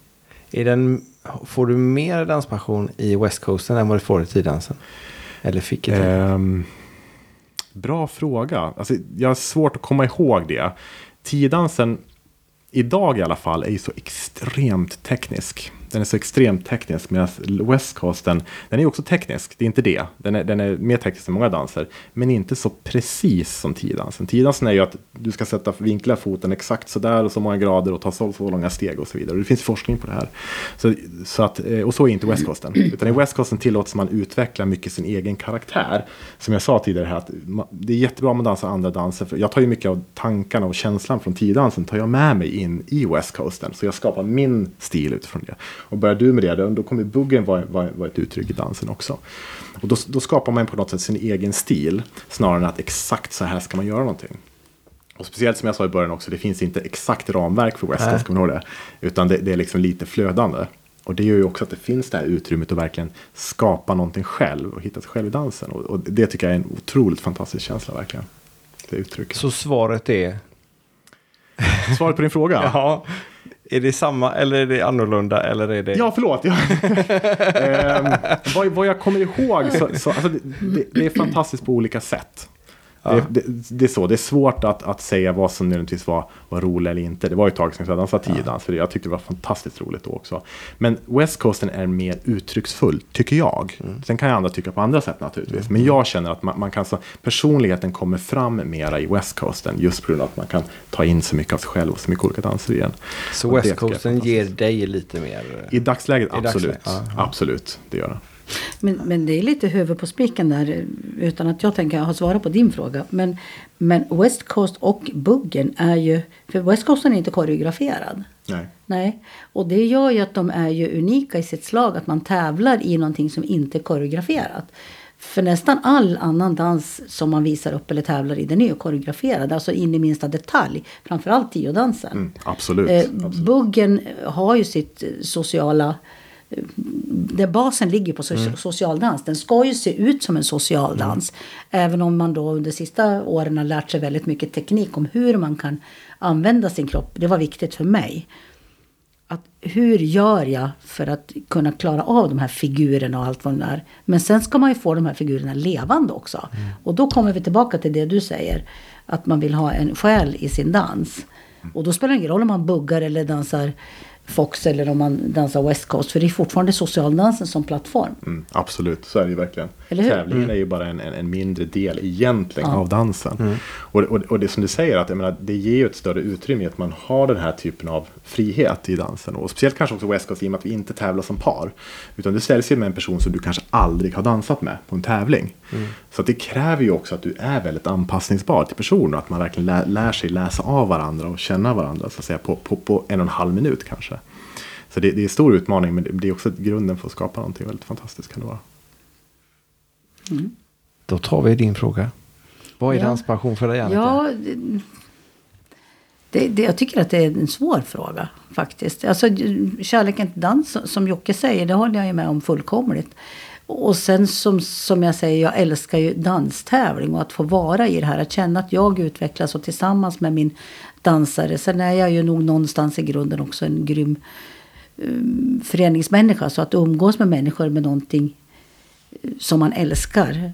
Får du mer danspassion i West Coasten än vad du får i tiddansen? Eller fick det? Bra fråga. Alltså, jag har svårt att komma ihåg det. Tiddansen idag i alla fall är ju så extremt teknisk. Den är så extremt teknisk, medan West Coasten, den är också teknisk, det är inte det. Den är mer teknisk än många danser, men inte så precis som tiddansen. Tiddansen är ju att du ska vinkla foten exakt så där och så många grader och ta så långa steg och så vidare. Och det finns forskning på det här. Och så är inte West Coasten. Utan i West Coasten tillåts man utveckla mycket sin egen karaktär. Som jag sa tidigare här, att det är jättebra om man dansar andra danser. För jag tar ju mycket av tankarna och känslan från tiddansen, tar jag med mig in i West Coasten. Så jag skapar min stil utifrån det. Och börjar du med det, då kommer buggen vara ett uttryck i dansen också. Och då skapar man på något sätt sin egen stil, snarare än att exakt så här ska man göra någonting. Och speciellt som jag sa i början också, det finns inte exakt ramverk för West Coast, ska man ihåg det. Utan det är liksom lite flödande. Och det gör ju också att det finns det här utrymmet att verkligen skapa någonting själv och hitta sig själv i dansen. Och det tycker jag är en otroligt fantastisk känsla verkligen. Det uttrycket. Så svaret är? Svaret på din fråga? Ja. Är det samma eller är det annorlunda? Eller är det... Ja, förlåt. Ja. Vad jag kommer ihåg så alltså, det är fantastiskt på olika sätt. Ja. Det är så. Det är svårt att säga vad som nödvändigtvis var roligt eller inte. Det var ju ett tag sedan jag dansade tidans, för jag tyckte det var fantastiskt roligt då också. Men West Coasten är mer uttrycksfull, tycker jag. Sen kan jag andra tycka på andra sätt naturligtvis. Men jag känner att man kan, så personligheten kommer fram mera i West Coasten, just på grund av att man kan ta in så mycket av sig själv och så mycket olika danser igen. Så West Coasten ger dig lite mer? I dagsläget, absolut. Absolut, det gör det. Men det är lite huvud på spiken där, utan att jag tänker ha svarat på din fråga. Men West Coast och buggen är ju, för West Coasten är inte koreograferad. Nej. Och det gör ju att de är ju unika i sitt slag, att man tävlar i någonting som inte är koreograferat. För nästan all annan dans som man visar upp eller tävlar i, den är ju koreograferad. Alltså in i minsta detalj. Framförallt tiodansen. Absolut. Buggen har ju sitt sociala... Där basen ligger på socialdans. Den ska ju se ut som en socialdans. Även om man då under sista åren har lärt sig väldigt mycket teknik om hur man kan använda sin kropp. Det var viktigt för mig. Att hur gör jag för att kunna klara av de här figurerna och allt vad det är. Men sen ska man ju få de här figurerna levande också. Och då kommer vi tillbaka till det du säger. Att man vill ha en själ i sin dans. Och då spelar det ingen roll om man buggar eller dansar Fox eller om man dansar West Coast. För det är fortfarande socialdansen som plattform. Absolut, så är det ju verkligen. Tävlingen är ju bara en mindre del egentligen av dansen. Och det som du säger, att jag menar, det ger ju ett större utrymme att man har den här typen av frihet i dansen. Och speciellt kanske också West Coast i och med att vi inte tävlar som par. Utan du ställs ju med en person som du kanske aldrig har dansat med på en tävling. Så att det kräver ju också att du är väldigt anpassningsbar till personen. Att man verkligen lär sig läsa av varandra och känna varandra så att säga, på 1,5 minut kanske. Så det är en stor utmaning, men det är också grunden för att skapa någonting väldigt fantastiskt kan det vara. Då tar vi din fråga. Vad är danspassion för dig, Annika? Ja, jag tycker att det är en svår fråga faktiskt. Alltså kärleken till dans, som Jocke säger, det håller jag ju med om fullkomligt. Och sen som jag säger, jag älskar ju danstävling och att få vara i det här. Att känna att jag utvecklas och tillsammans med min dansare. Sen är jag ju nog någonstans i grunden också en grym föreningsmänniska. Så att umgås med människor med någonting som man älskar.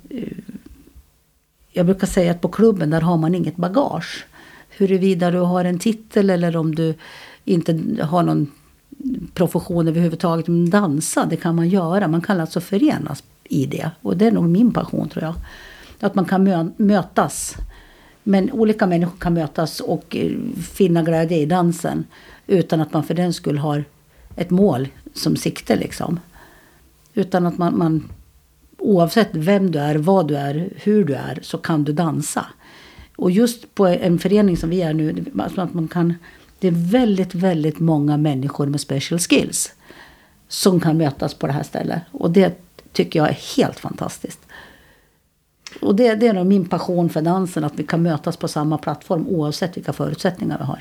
Jag brukar säga att på klubben där har man inget bagage. Huruvida du har en titel eller om du inte har någon profession överhuvudtaget. Men dansa, det kan man göra. Man kan alltså förenas i det. Och det är nog min passion, tror jag. Att man kan mötas. Men olika människor kan mötas och finna glädje i dansen. Utan att man för den skull har ett mål som sikte liksom. Utan att man oavsett vem du är, vad du är, hur du är, så kan du dansa. Och just på en förening som vi är nu, alltså att man kan, det är väldigt, väldigt många människor med special skills som kan mötas på det här stället. Och det tycker jag är helt fantastiskt. Och det är nog min passion för dansen, att vi kan mötas på samma plattform oavsett vilka förutsättningar vi har.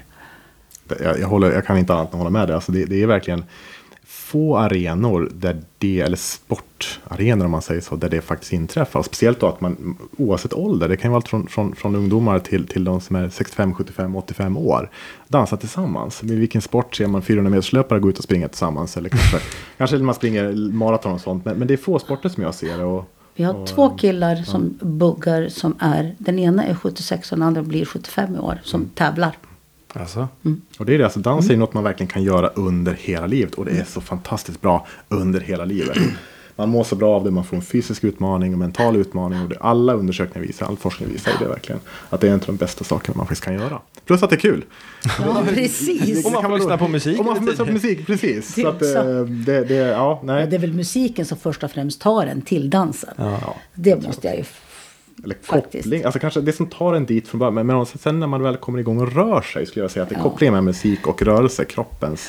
Jag kan inte annat än hålla med dig. Alltså det är verkligen få arenor där det, eller sportarenor om man säger så, där det faktiskt inträffar. Speciellt då att man, oavsett ålder, det kan ju vara från ungdomar till de som är 65, 75, 85 år, dansar tillsammans. Med vilken sport ser man 400 meterslöpare gå ut och springa tillsammans? Eller kanske man springer maraton och sånt. Men det är få sporter som jag ser. Vi har 2 killar som buggar som är, den ena är 76 och den andra blir 75 år, som tävlar. Alltså. Och det är det, alltså dans är något man verkligen kan göra under hela livet. Och det är så fantastiskt bra under hela livet. Man mår så bra av det, man får en fysisk utmaning och mental utmaning. Och alla undersökningar visar, all forskning visar det verkligen. Att det är en av de bästa sakerna man faktiskt kan göra. Plus att det är kul. Ja, precis. Och man får lyssna på musik. Och man får lyssna på musik, precis. Så att, nej. Det är väl musiken som först och främst tar en till dansen. Ja. Det måste jag ju eller koppling, alltså kanske det som tar en dit från början, men sen när man väl kommer igång och rör sig, skulle jag säga att det är kopplingen med musik och rörelse, kroppens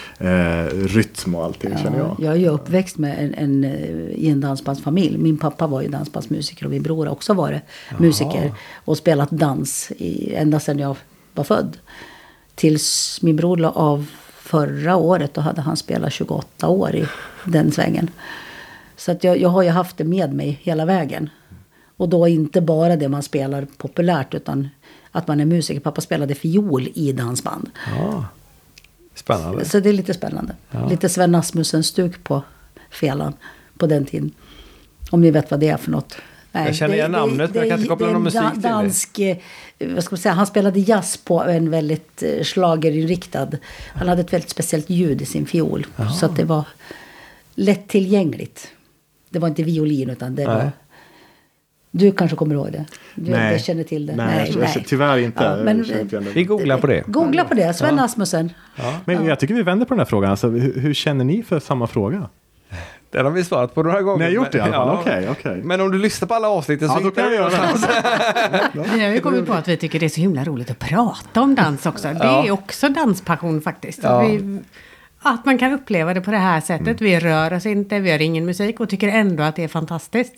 rytm och allting, känner jag. Jag är ju uppväxt med i en dansbandsfamilj. Min pappa var ju dansbandsmusiker och min bror har också varit musiker och spelat dans ända sedan jag var född. Tills min bror la av förra året, då hade han spelat 28 år i den svängen. Så att jag har ju haft det med mig hela vägen. Och då inte bara det man spelar populärt, utan att man är musiker. Pappa spelade fiol i dansband. Ja. Spännande. Så det är lite spännande. Ja. Lite Sven Asmussen-stuk på felan på den tiden. Om ni vet vad det är för något. Nej, jag känner igen namnet, men jag kan inte koppla någon musik till dansk, vad ska man säga, han spelade jazz på en väldigt schlagerinriktad. Han hade ett väldigt speciellt ljud i sin fiol. Ja. Så att det var lättillgängligt. Det var inte violin, utan det var... Du kanske kommer ihåg det. Du känner till det. Nej. Tyvärr inte. Ja, men, vi googlar på det. Googla på det, Sven Asmussen. Ja. Men jag tycker vi vänder på den här frågan. Alltså, hur känner ni för samma fråga? Det har vi svarat på några gånger. Ni har gjort det i alla fall? Okej. Men om du lyssnar på alla avsnitten så då kan jag göra det. Vi har ju kommit på att vi tycker det är så himla roligt att prata om dans också. Det är också danspassion faktiskt. Ja. Att man kan uppleva det på det här sättet. Vi rör oss inte, vi har ingen musik och tycker ändå att det är fantastiskt.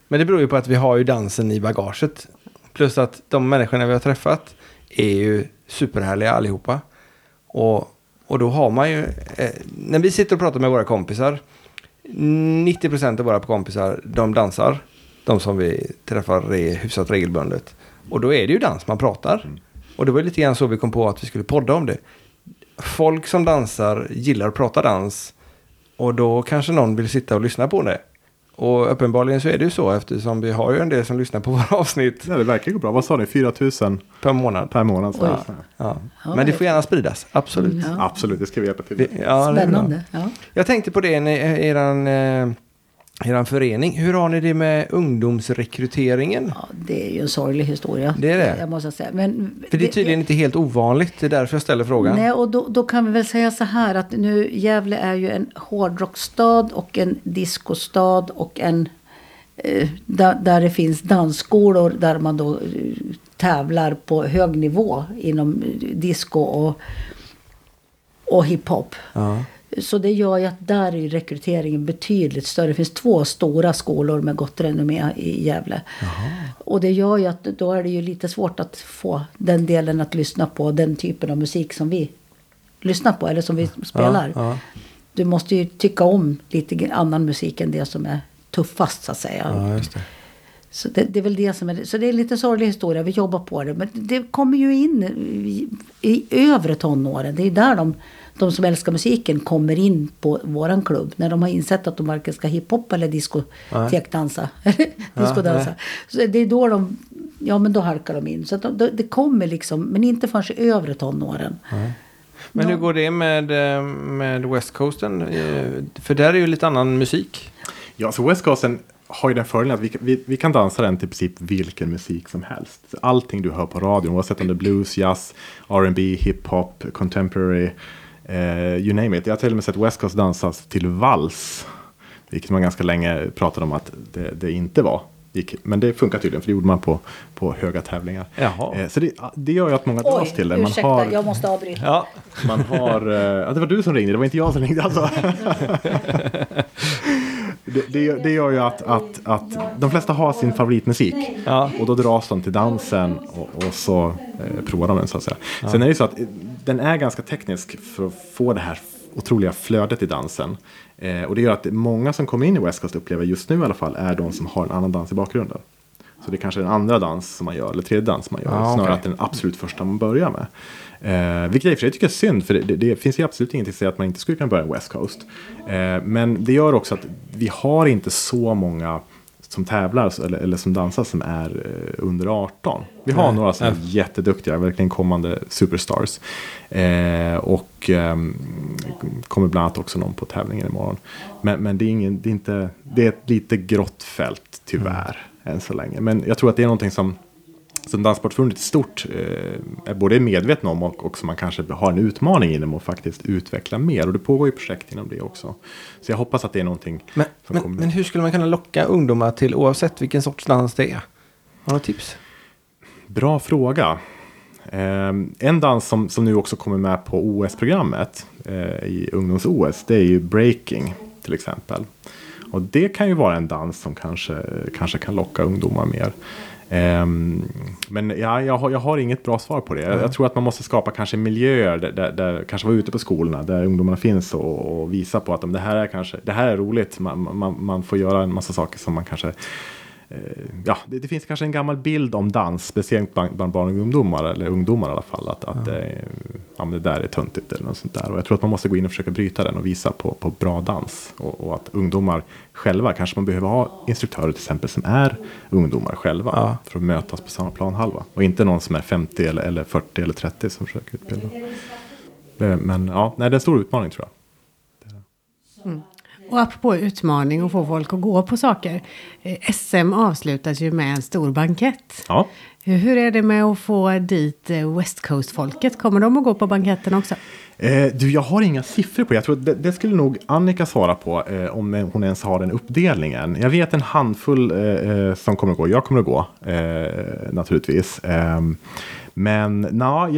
Men det beror ju på att vi har ju dansen i bagaget. Plus att de människorna vi har träffat är ju superhärliga allihopa. Och då har man ju... när vi sitter och pratar med våra kompisar, 90% av våra kompisar, de dansar. De som vi träffar hyfsat regelbundet. Och då är det ju dans man pratar. Och det var lite grann så vi kom på att vi skulle podda om det. Folk som dansar gillar att prata dans. Och då kanske någon vill sitta och lyssna på det. Och uppenbarligen så är det ju så, eftersom vi har ju en del som lyssnar på våra avsnitt. Ja, det verkar gå bra. Vad sa ni? 4 000 per månad. Per månad. Så ja. Men det får gärna spridas, absolut. Ja. Absolut, det ska vi hjälpa till. Spännande. Ja. Jag tänkte på det, eran förening. Hur har ni det med ungdomsrekryteringen? Ja, det är ju en sorglig historia. Det är det. Jag måste säga. Men för det är tydligen inte helt ovanligt. Det är därför jag ställer frågan. Nej, och då kan vi väl säga så här att nu Gävle är ju en hårdrockstad och en discostad och en där det finns dansskolor där man då tävlar på hög nivå inom disco och hiphop. Ja. Så det gör ju att där är rekryteringen betydligt större. Det finns 2 stora skolor med gott renommé i Gävle. Jaha. Och det gör ju att då är det ju lite svårt att få den delen att lyssna på den typen av musik som vi lyssnar på eller som vi spelar. Ja. Du måste ju tycka om lite annan musik än det som är tuffast så att säga. Ja, just det. Så det är väl det som är... Så det är lite sorglig historia. Vi jobbar på det. Men det kommer ju in i övre tonåren. Det är där de som älskar musiken kommer in på våran klubb. När de har insett att de varken ska hiphop eller diskotekdansa. Diskodansa. Så det är då men då halkar de in. Så att det kommer liksom... Men inte förrän i övre tonåren. Men hur går det med West Coasten? För där är ju lite annan musik. Ja, så West Coasten har ju den fördelen att vi kan dansa den till princip vilken musik som helst. Allting du hör på radion, oavsett om det är blues, jazz, R&B, hiphop, contemporary, you name it. Jag har till och med sett West Coast dansas till vals, vilket man ganska länge pratade om att det inte var. Men det funkar tydligen, för det gjorde man på höga tävlingar. Så det gör ju att många dras till det. Ursäkta, jag måste avbryta. Ja, man har... det var du som ringde, det var inte jag som ringde alltså. Det gör ju att de flesta har sin favoritmusik. Ja. Och då dras de till dansen och så provar de den så att säga. Ja. Sen är det så att den är ganska teknisk för att få det här otroliga flödet i dansen. Och det gör att många som kommer in i West Coast upplever just nu i alla fall är de som har en annan dans i bakgrunden. Så det är kanske den andra dans som man gör, eller tredje dans man gör. Snarare att den absolut första man börjar med. Vilket jag i och för sig tycker är synd, för det finns ju absolut ingenting att säga att man inte skulle kunna börja i West Coast. Men det gör också att vi har inte så många som tävlar eller som dansar som är under 18. Vi har några som är jätteduktiga, verkligen kommande superstars. Och kommer bland annat också någon på tävlingen imorgon. Men det är ett lite grått fält tyvärr än så länge. Men jag tror att det är någonting som Danssportförbundet i stort är både medvetna om och som man kanske har en utmaning inom att faktiskt utveckla mer. Och det pågår ju projekt inom det också. Så jag hoppas att det är någonting som kommer. Men hur skulle man kunna locka ungdomar till, oavsett vilken sorts dans det är? Har du tips? Bra fråga. En dans som nu också kommer med på OS-programmet i ungdoms-OS, det är ju breaking till exempel. Och det kan ju vara en dans som kanske kan locka ungdomar mer. Men jag har inget bra svar på det. Jag tror att man måste skapa kanske miljöer där kanske vara ute på skolorna där ungdomarna finns och visa på att det här är roligt. Man får göra en massa saker som man kanske det finns kanske en gammal bild om dans, speciellt bland barn och ungdomar, eller ungdomar i alla fall, att det där är töntigt eller något sånt där. Och jag tror att man måste gå in och försöka bryta den och visa på bra dans, och att ungdomar själva, kanske man behöver ha instruktörer till exempel som är ungdomar själva för att mötas på samma planhalva, och inte någon som är 50 eller 40 eller 30 som försöker utbilda. Men det är en stor utmaning tror jag. Och apropå utmaning och få folk att gå på saker. SM avslutas ju med en stor bankett. Ja. Hur är det med att få dit West Coast-folket? Kommer de att gå på banketten också? Jag har inga siffror på det. Jag tror det skulle nog Annika svara på om hon ens har den uppdelningen. Jag vet en handfull som kommer att gå. Jag kommer att gå, naturligtvis. Men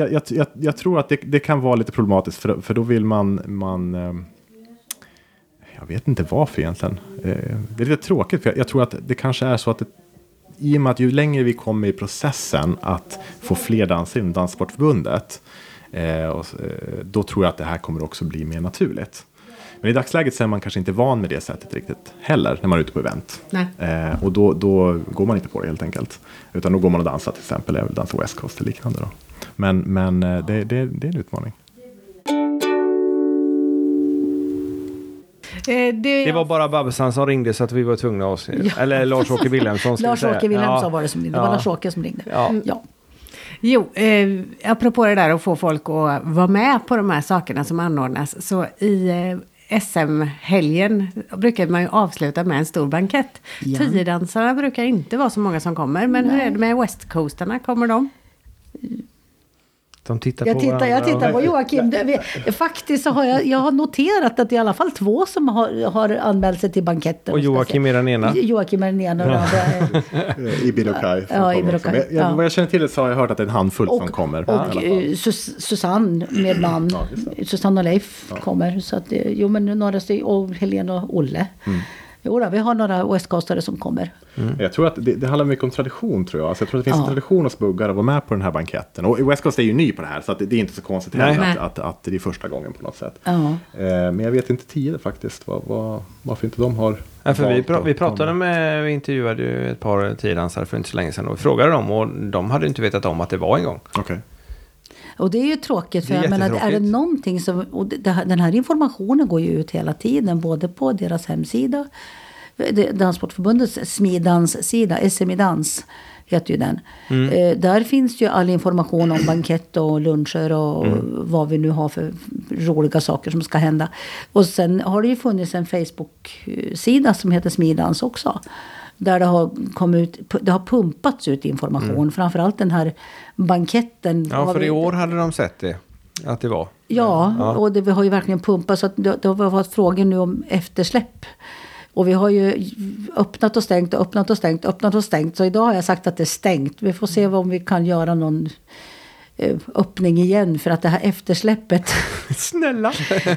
jag tror att det kan vara lite problematiskt. För då vill man Jag vet inte varför egentligen. Det är lite tråkigt, för jag tror att det kanske är så att i och med att ju längre vi kommer i processen att få fler dansare inom Danssportförbundet, då tror jag att det här kommer också bli mer naturligt. Men i dagsläget så är man kanske inte van med det sättet riktigt heller när man är ute på event. Och då går man inte på det helt enkelt. Utan då går man och dansar till exempel, eller dansar West Coast eller liknande då. Men det är en utmaning. Det var bara Babsan som ringde så att vi var tvungna att eller Lars-Åke Wilhelmsson. Lars-Åke Wilhelmsson var det som ringde. Det var Lars-Åke som ringde. Ja. Jo, apropå det där att få folk att vara med på de här sakerna som anordnas. Så i SM-helgen brukar man ju avsluta med en stor bankett. 10 dansarna brukar inte vara så många som kommer. Men hur är det med West Coastarna? Kommer de? De tittar jag tittar på Joakim. Faktiskt så har jag har noterat att det är i alla fall 2 som har anmält sig till banketten. Och Joakim är den ena. Joakim är den ena. Och Ibn Okai. Vad jag känner till så har jag hört att det är en handfull som kommer. Och Susanne med man. Susanne och Leif kommer. Så att, men några och Helene och Olle. Jo då, vi har några West Coastare som kommer. Jag tror att det handlar mycket om tradition, tror jag. Alltså jag tror att det finns en tradition hos buggar att vara med på den här banketten. Och West Coast är ju ny på det här, så att det är inte så konstigt att det är första gången på något sätt. Men jag vet inte tidigare faktiskt varför inte de har... Ja, för vi pratade med, vi intervjuade ju ett par 10-dansare för inte så länge sedan och frågade dem, och de hade inte vetat om att det var en gång. Okej. Och det är ju tråkigt, för jag menar, är det någonting som, och den här informationen går ju ut hela tiden, både på deras hemsida, Danssportförbundets Smidans-sida, SMidans heter ju den. Där finns ju all information om bankett och luncher och vad vi nu har för roliga saker som ska hända. Och sen har det ju funnits en Facebook-sida som heter Smidans också. Där det har pumpats ut information. Framförallt den här banketten. Ja, för i år hade de sett det. Att det var. Ja. Och det har ju verkligen pumpats. Så att det har varit frågor nu om eftersläpp. Och vi har ju öppnat och stängt. Så idag har jag sagt att det är stängt. Vi får se om vi kan göra någon öppning igen, för att det här eftersläppet... Snälla!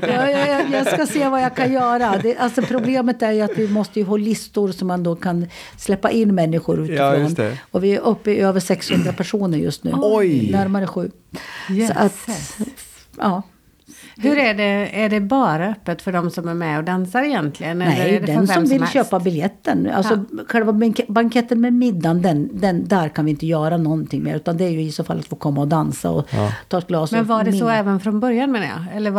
jag ska se vad jag kan göra. Alltså problemet är ju att vi måste ju ha listor som man då kan släppa in människor utifrån. Ja, just det. Och vi är uppe i över 600 personer just nu. Oj! Närmare 7. Yes. Så att, ja. Hur är det? Är det bara öppet för de som är med och dansar egentligen? Nej, eller är det den för som vill helst? köpa biljetten. Alltså själva banketten med middagen, den där kan vi inte göra någonting mer. Utan det är ju i så fall att få komma och dansa och ta ett glas. Men var det så även från början, menar jag? Eller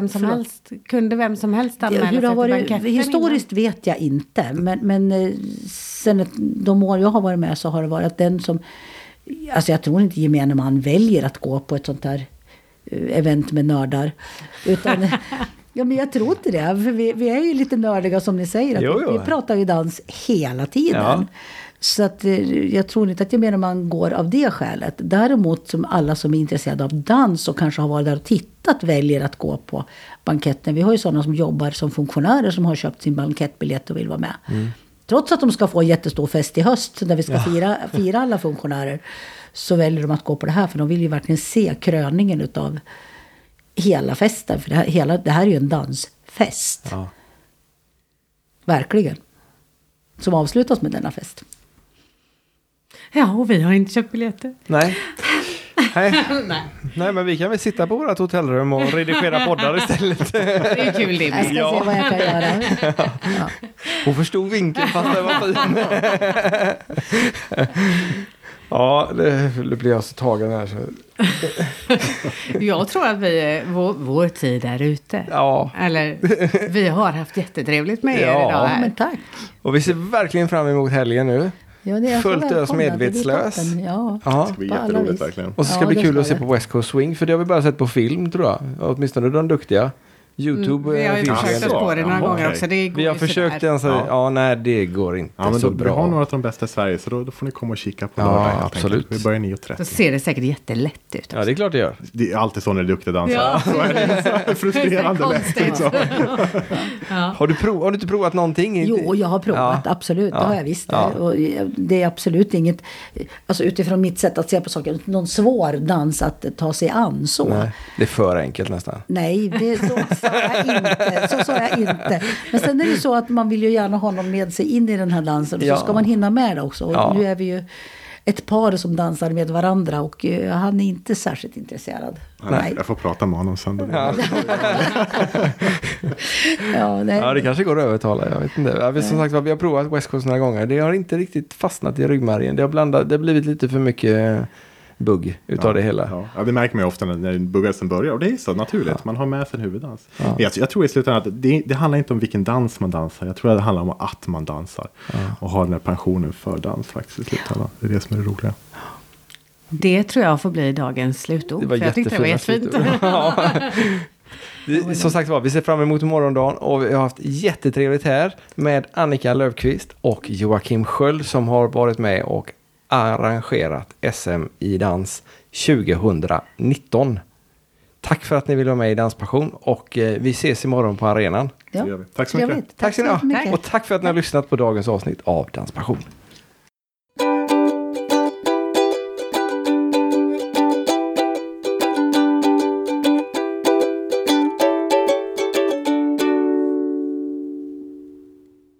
kunde vem som helst anmäla sig till banketten? Historiskt vet jag inte. Men sen de år jag har varit med så har det varit att den som... Alltså jag tror inte gemene man väljer att gå på ett sånt här event med nördar. Utan, ja, men jag tror inte det. För vi är ju lite nördiga som ni säger. Att vi pratar ju dans hela tiden. Ja. Så att, jag tror inte att man går av det skälet. Däremot som alla som är intresserade av dans och kanske har varit där och tittat väljer att gå på banketten. Vi har ju sådana som jobbar som funktionärer som har köpt sin bankettbiljett och vill vara med. Trots att de ska få en jättestor fest i höst där vi ska fira alla funktionärer, så väljer de att gå på det här, för de vill ju verkligen se kröningen utav hela festen. För det här är ju en dansfest. Ja. Verkligen. Som avslutas med denna fest. Ja, och vi har inte köpt biljetter. Nej. Nej, men vi kan väl sitta på vårt hotellrum och redigera poddar istället. Det är kul det. Jag ska se vad jag kan göra. Ja. Hon förstod vinkeln fast det var fin. Ja, det blir jag så tagen här. Så. Jag tror att vår tid är ute. Ja. Eller, vi har haft jättetrevligt med er idag här. Men tack. Och vi ser verkligen fram emot helgen nu. Ja, det är fullt ös medvetslös. Ja, det ska bli jätteroligt verkligen. Och så ska det bli kul att se på West Coast Swing, för det har vi bara sett på film, tror jag. Åtminstone de duktiga. YouTube. Vi har ju försökt oss på det några gånger också. Vi har försökt det går inte så bra. Vi har några av de bästa i Sverige, så då får ni komma och kika på lördag. Absolut. Vi börjar 9:30. Så ser det säkert jättelätt ut också. Ja, det är klart det gör. Det är alltid så när det är duktiga dansare. Ja. Så är det frustrerande lätt. Liksom. Har du inte provat någonting? Jo, jag har provat, absolut. Det har jag visst. Ja. Och det är absolut inget, alltså utifrån mitt sätt att se på saker, någon svår dans att ta sig an så. Nej, det är för enkelt nästan. Nej, Så sa jag inte. Men sen är det så att man vill ju gärna ha någon med sig in i den här dansen. Och så ska man hinna med det också. Och nu är vi ju ett par som dansar med varandra och han är inte särskilt intresserad. Nej. Jag får prata med honom sen. Det kanske går att övertala, jag vet inte. Som sagt, vi har provat West Coast några gånger. Det har inte riktigt fastnat i ryggmärgen. Det har blivit lite för mycket bugg utav det hela. Ja, det märker man ju ofta när buggelsen börjar. Och det är så naturligt. Man har med sig en huvuddans. Men jag tror i slutändan att det handlar inte om vilken dans man dansar. Jag tror att det handlar om att man dansar. Och har den här passionen för dans faktiskt i slutändan. Det är det som är det roliga. Det tror jag får bli dagens slutord. Det var jättefint. Som sagt var, vi ser fram emot morgondagen och vi har haft jättetrevligt här med Annika Löfqvist och Joakim Sköld som har varit med och arrangerat SM i dans 2019. Tack för att ni vill vara med i Danspassion och vi ses imorgon på arenan. Tack så mycket. Tack så mycket. Och tack för att ni har lyssnat på dagens avsnitt av Danspassion.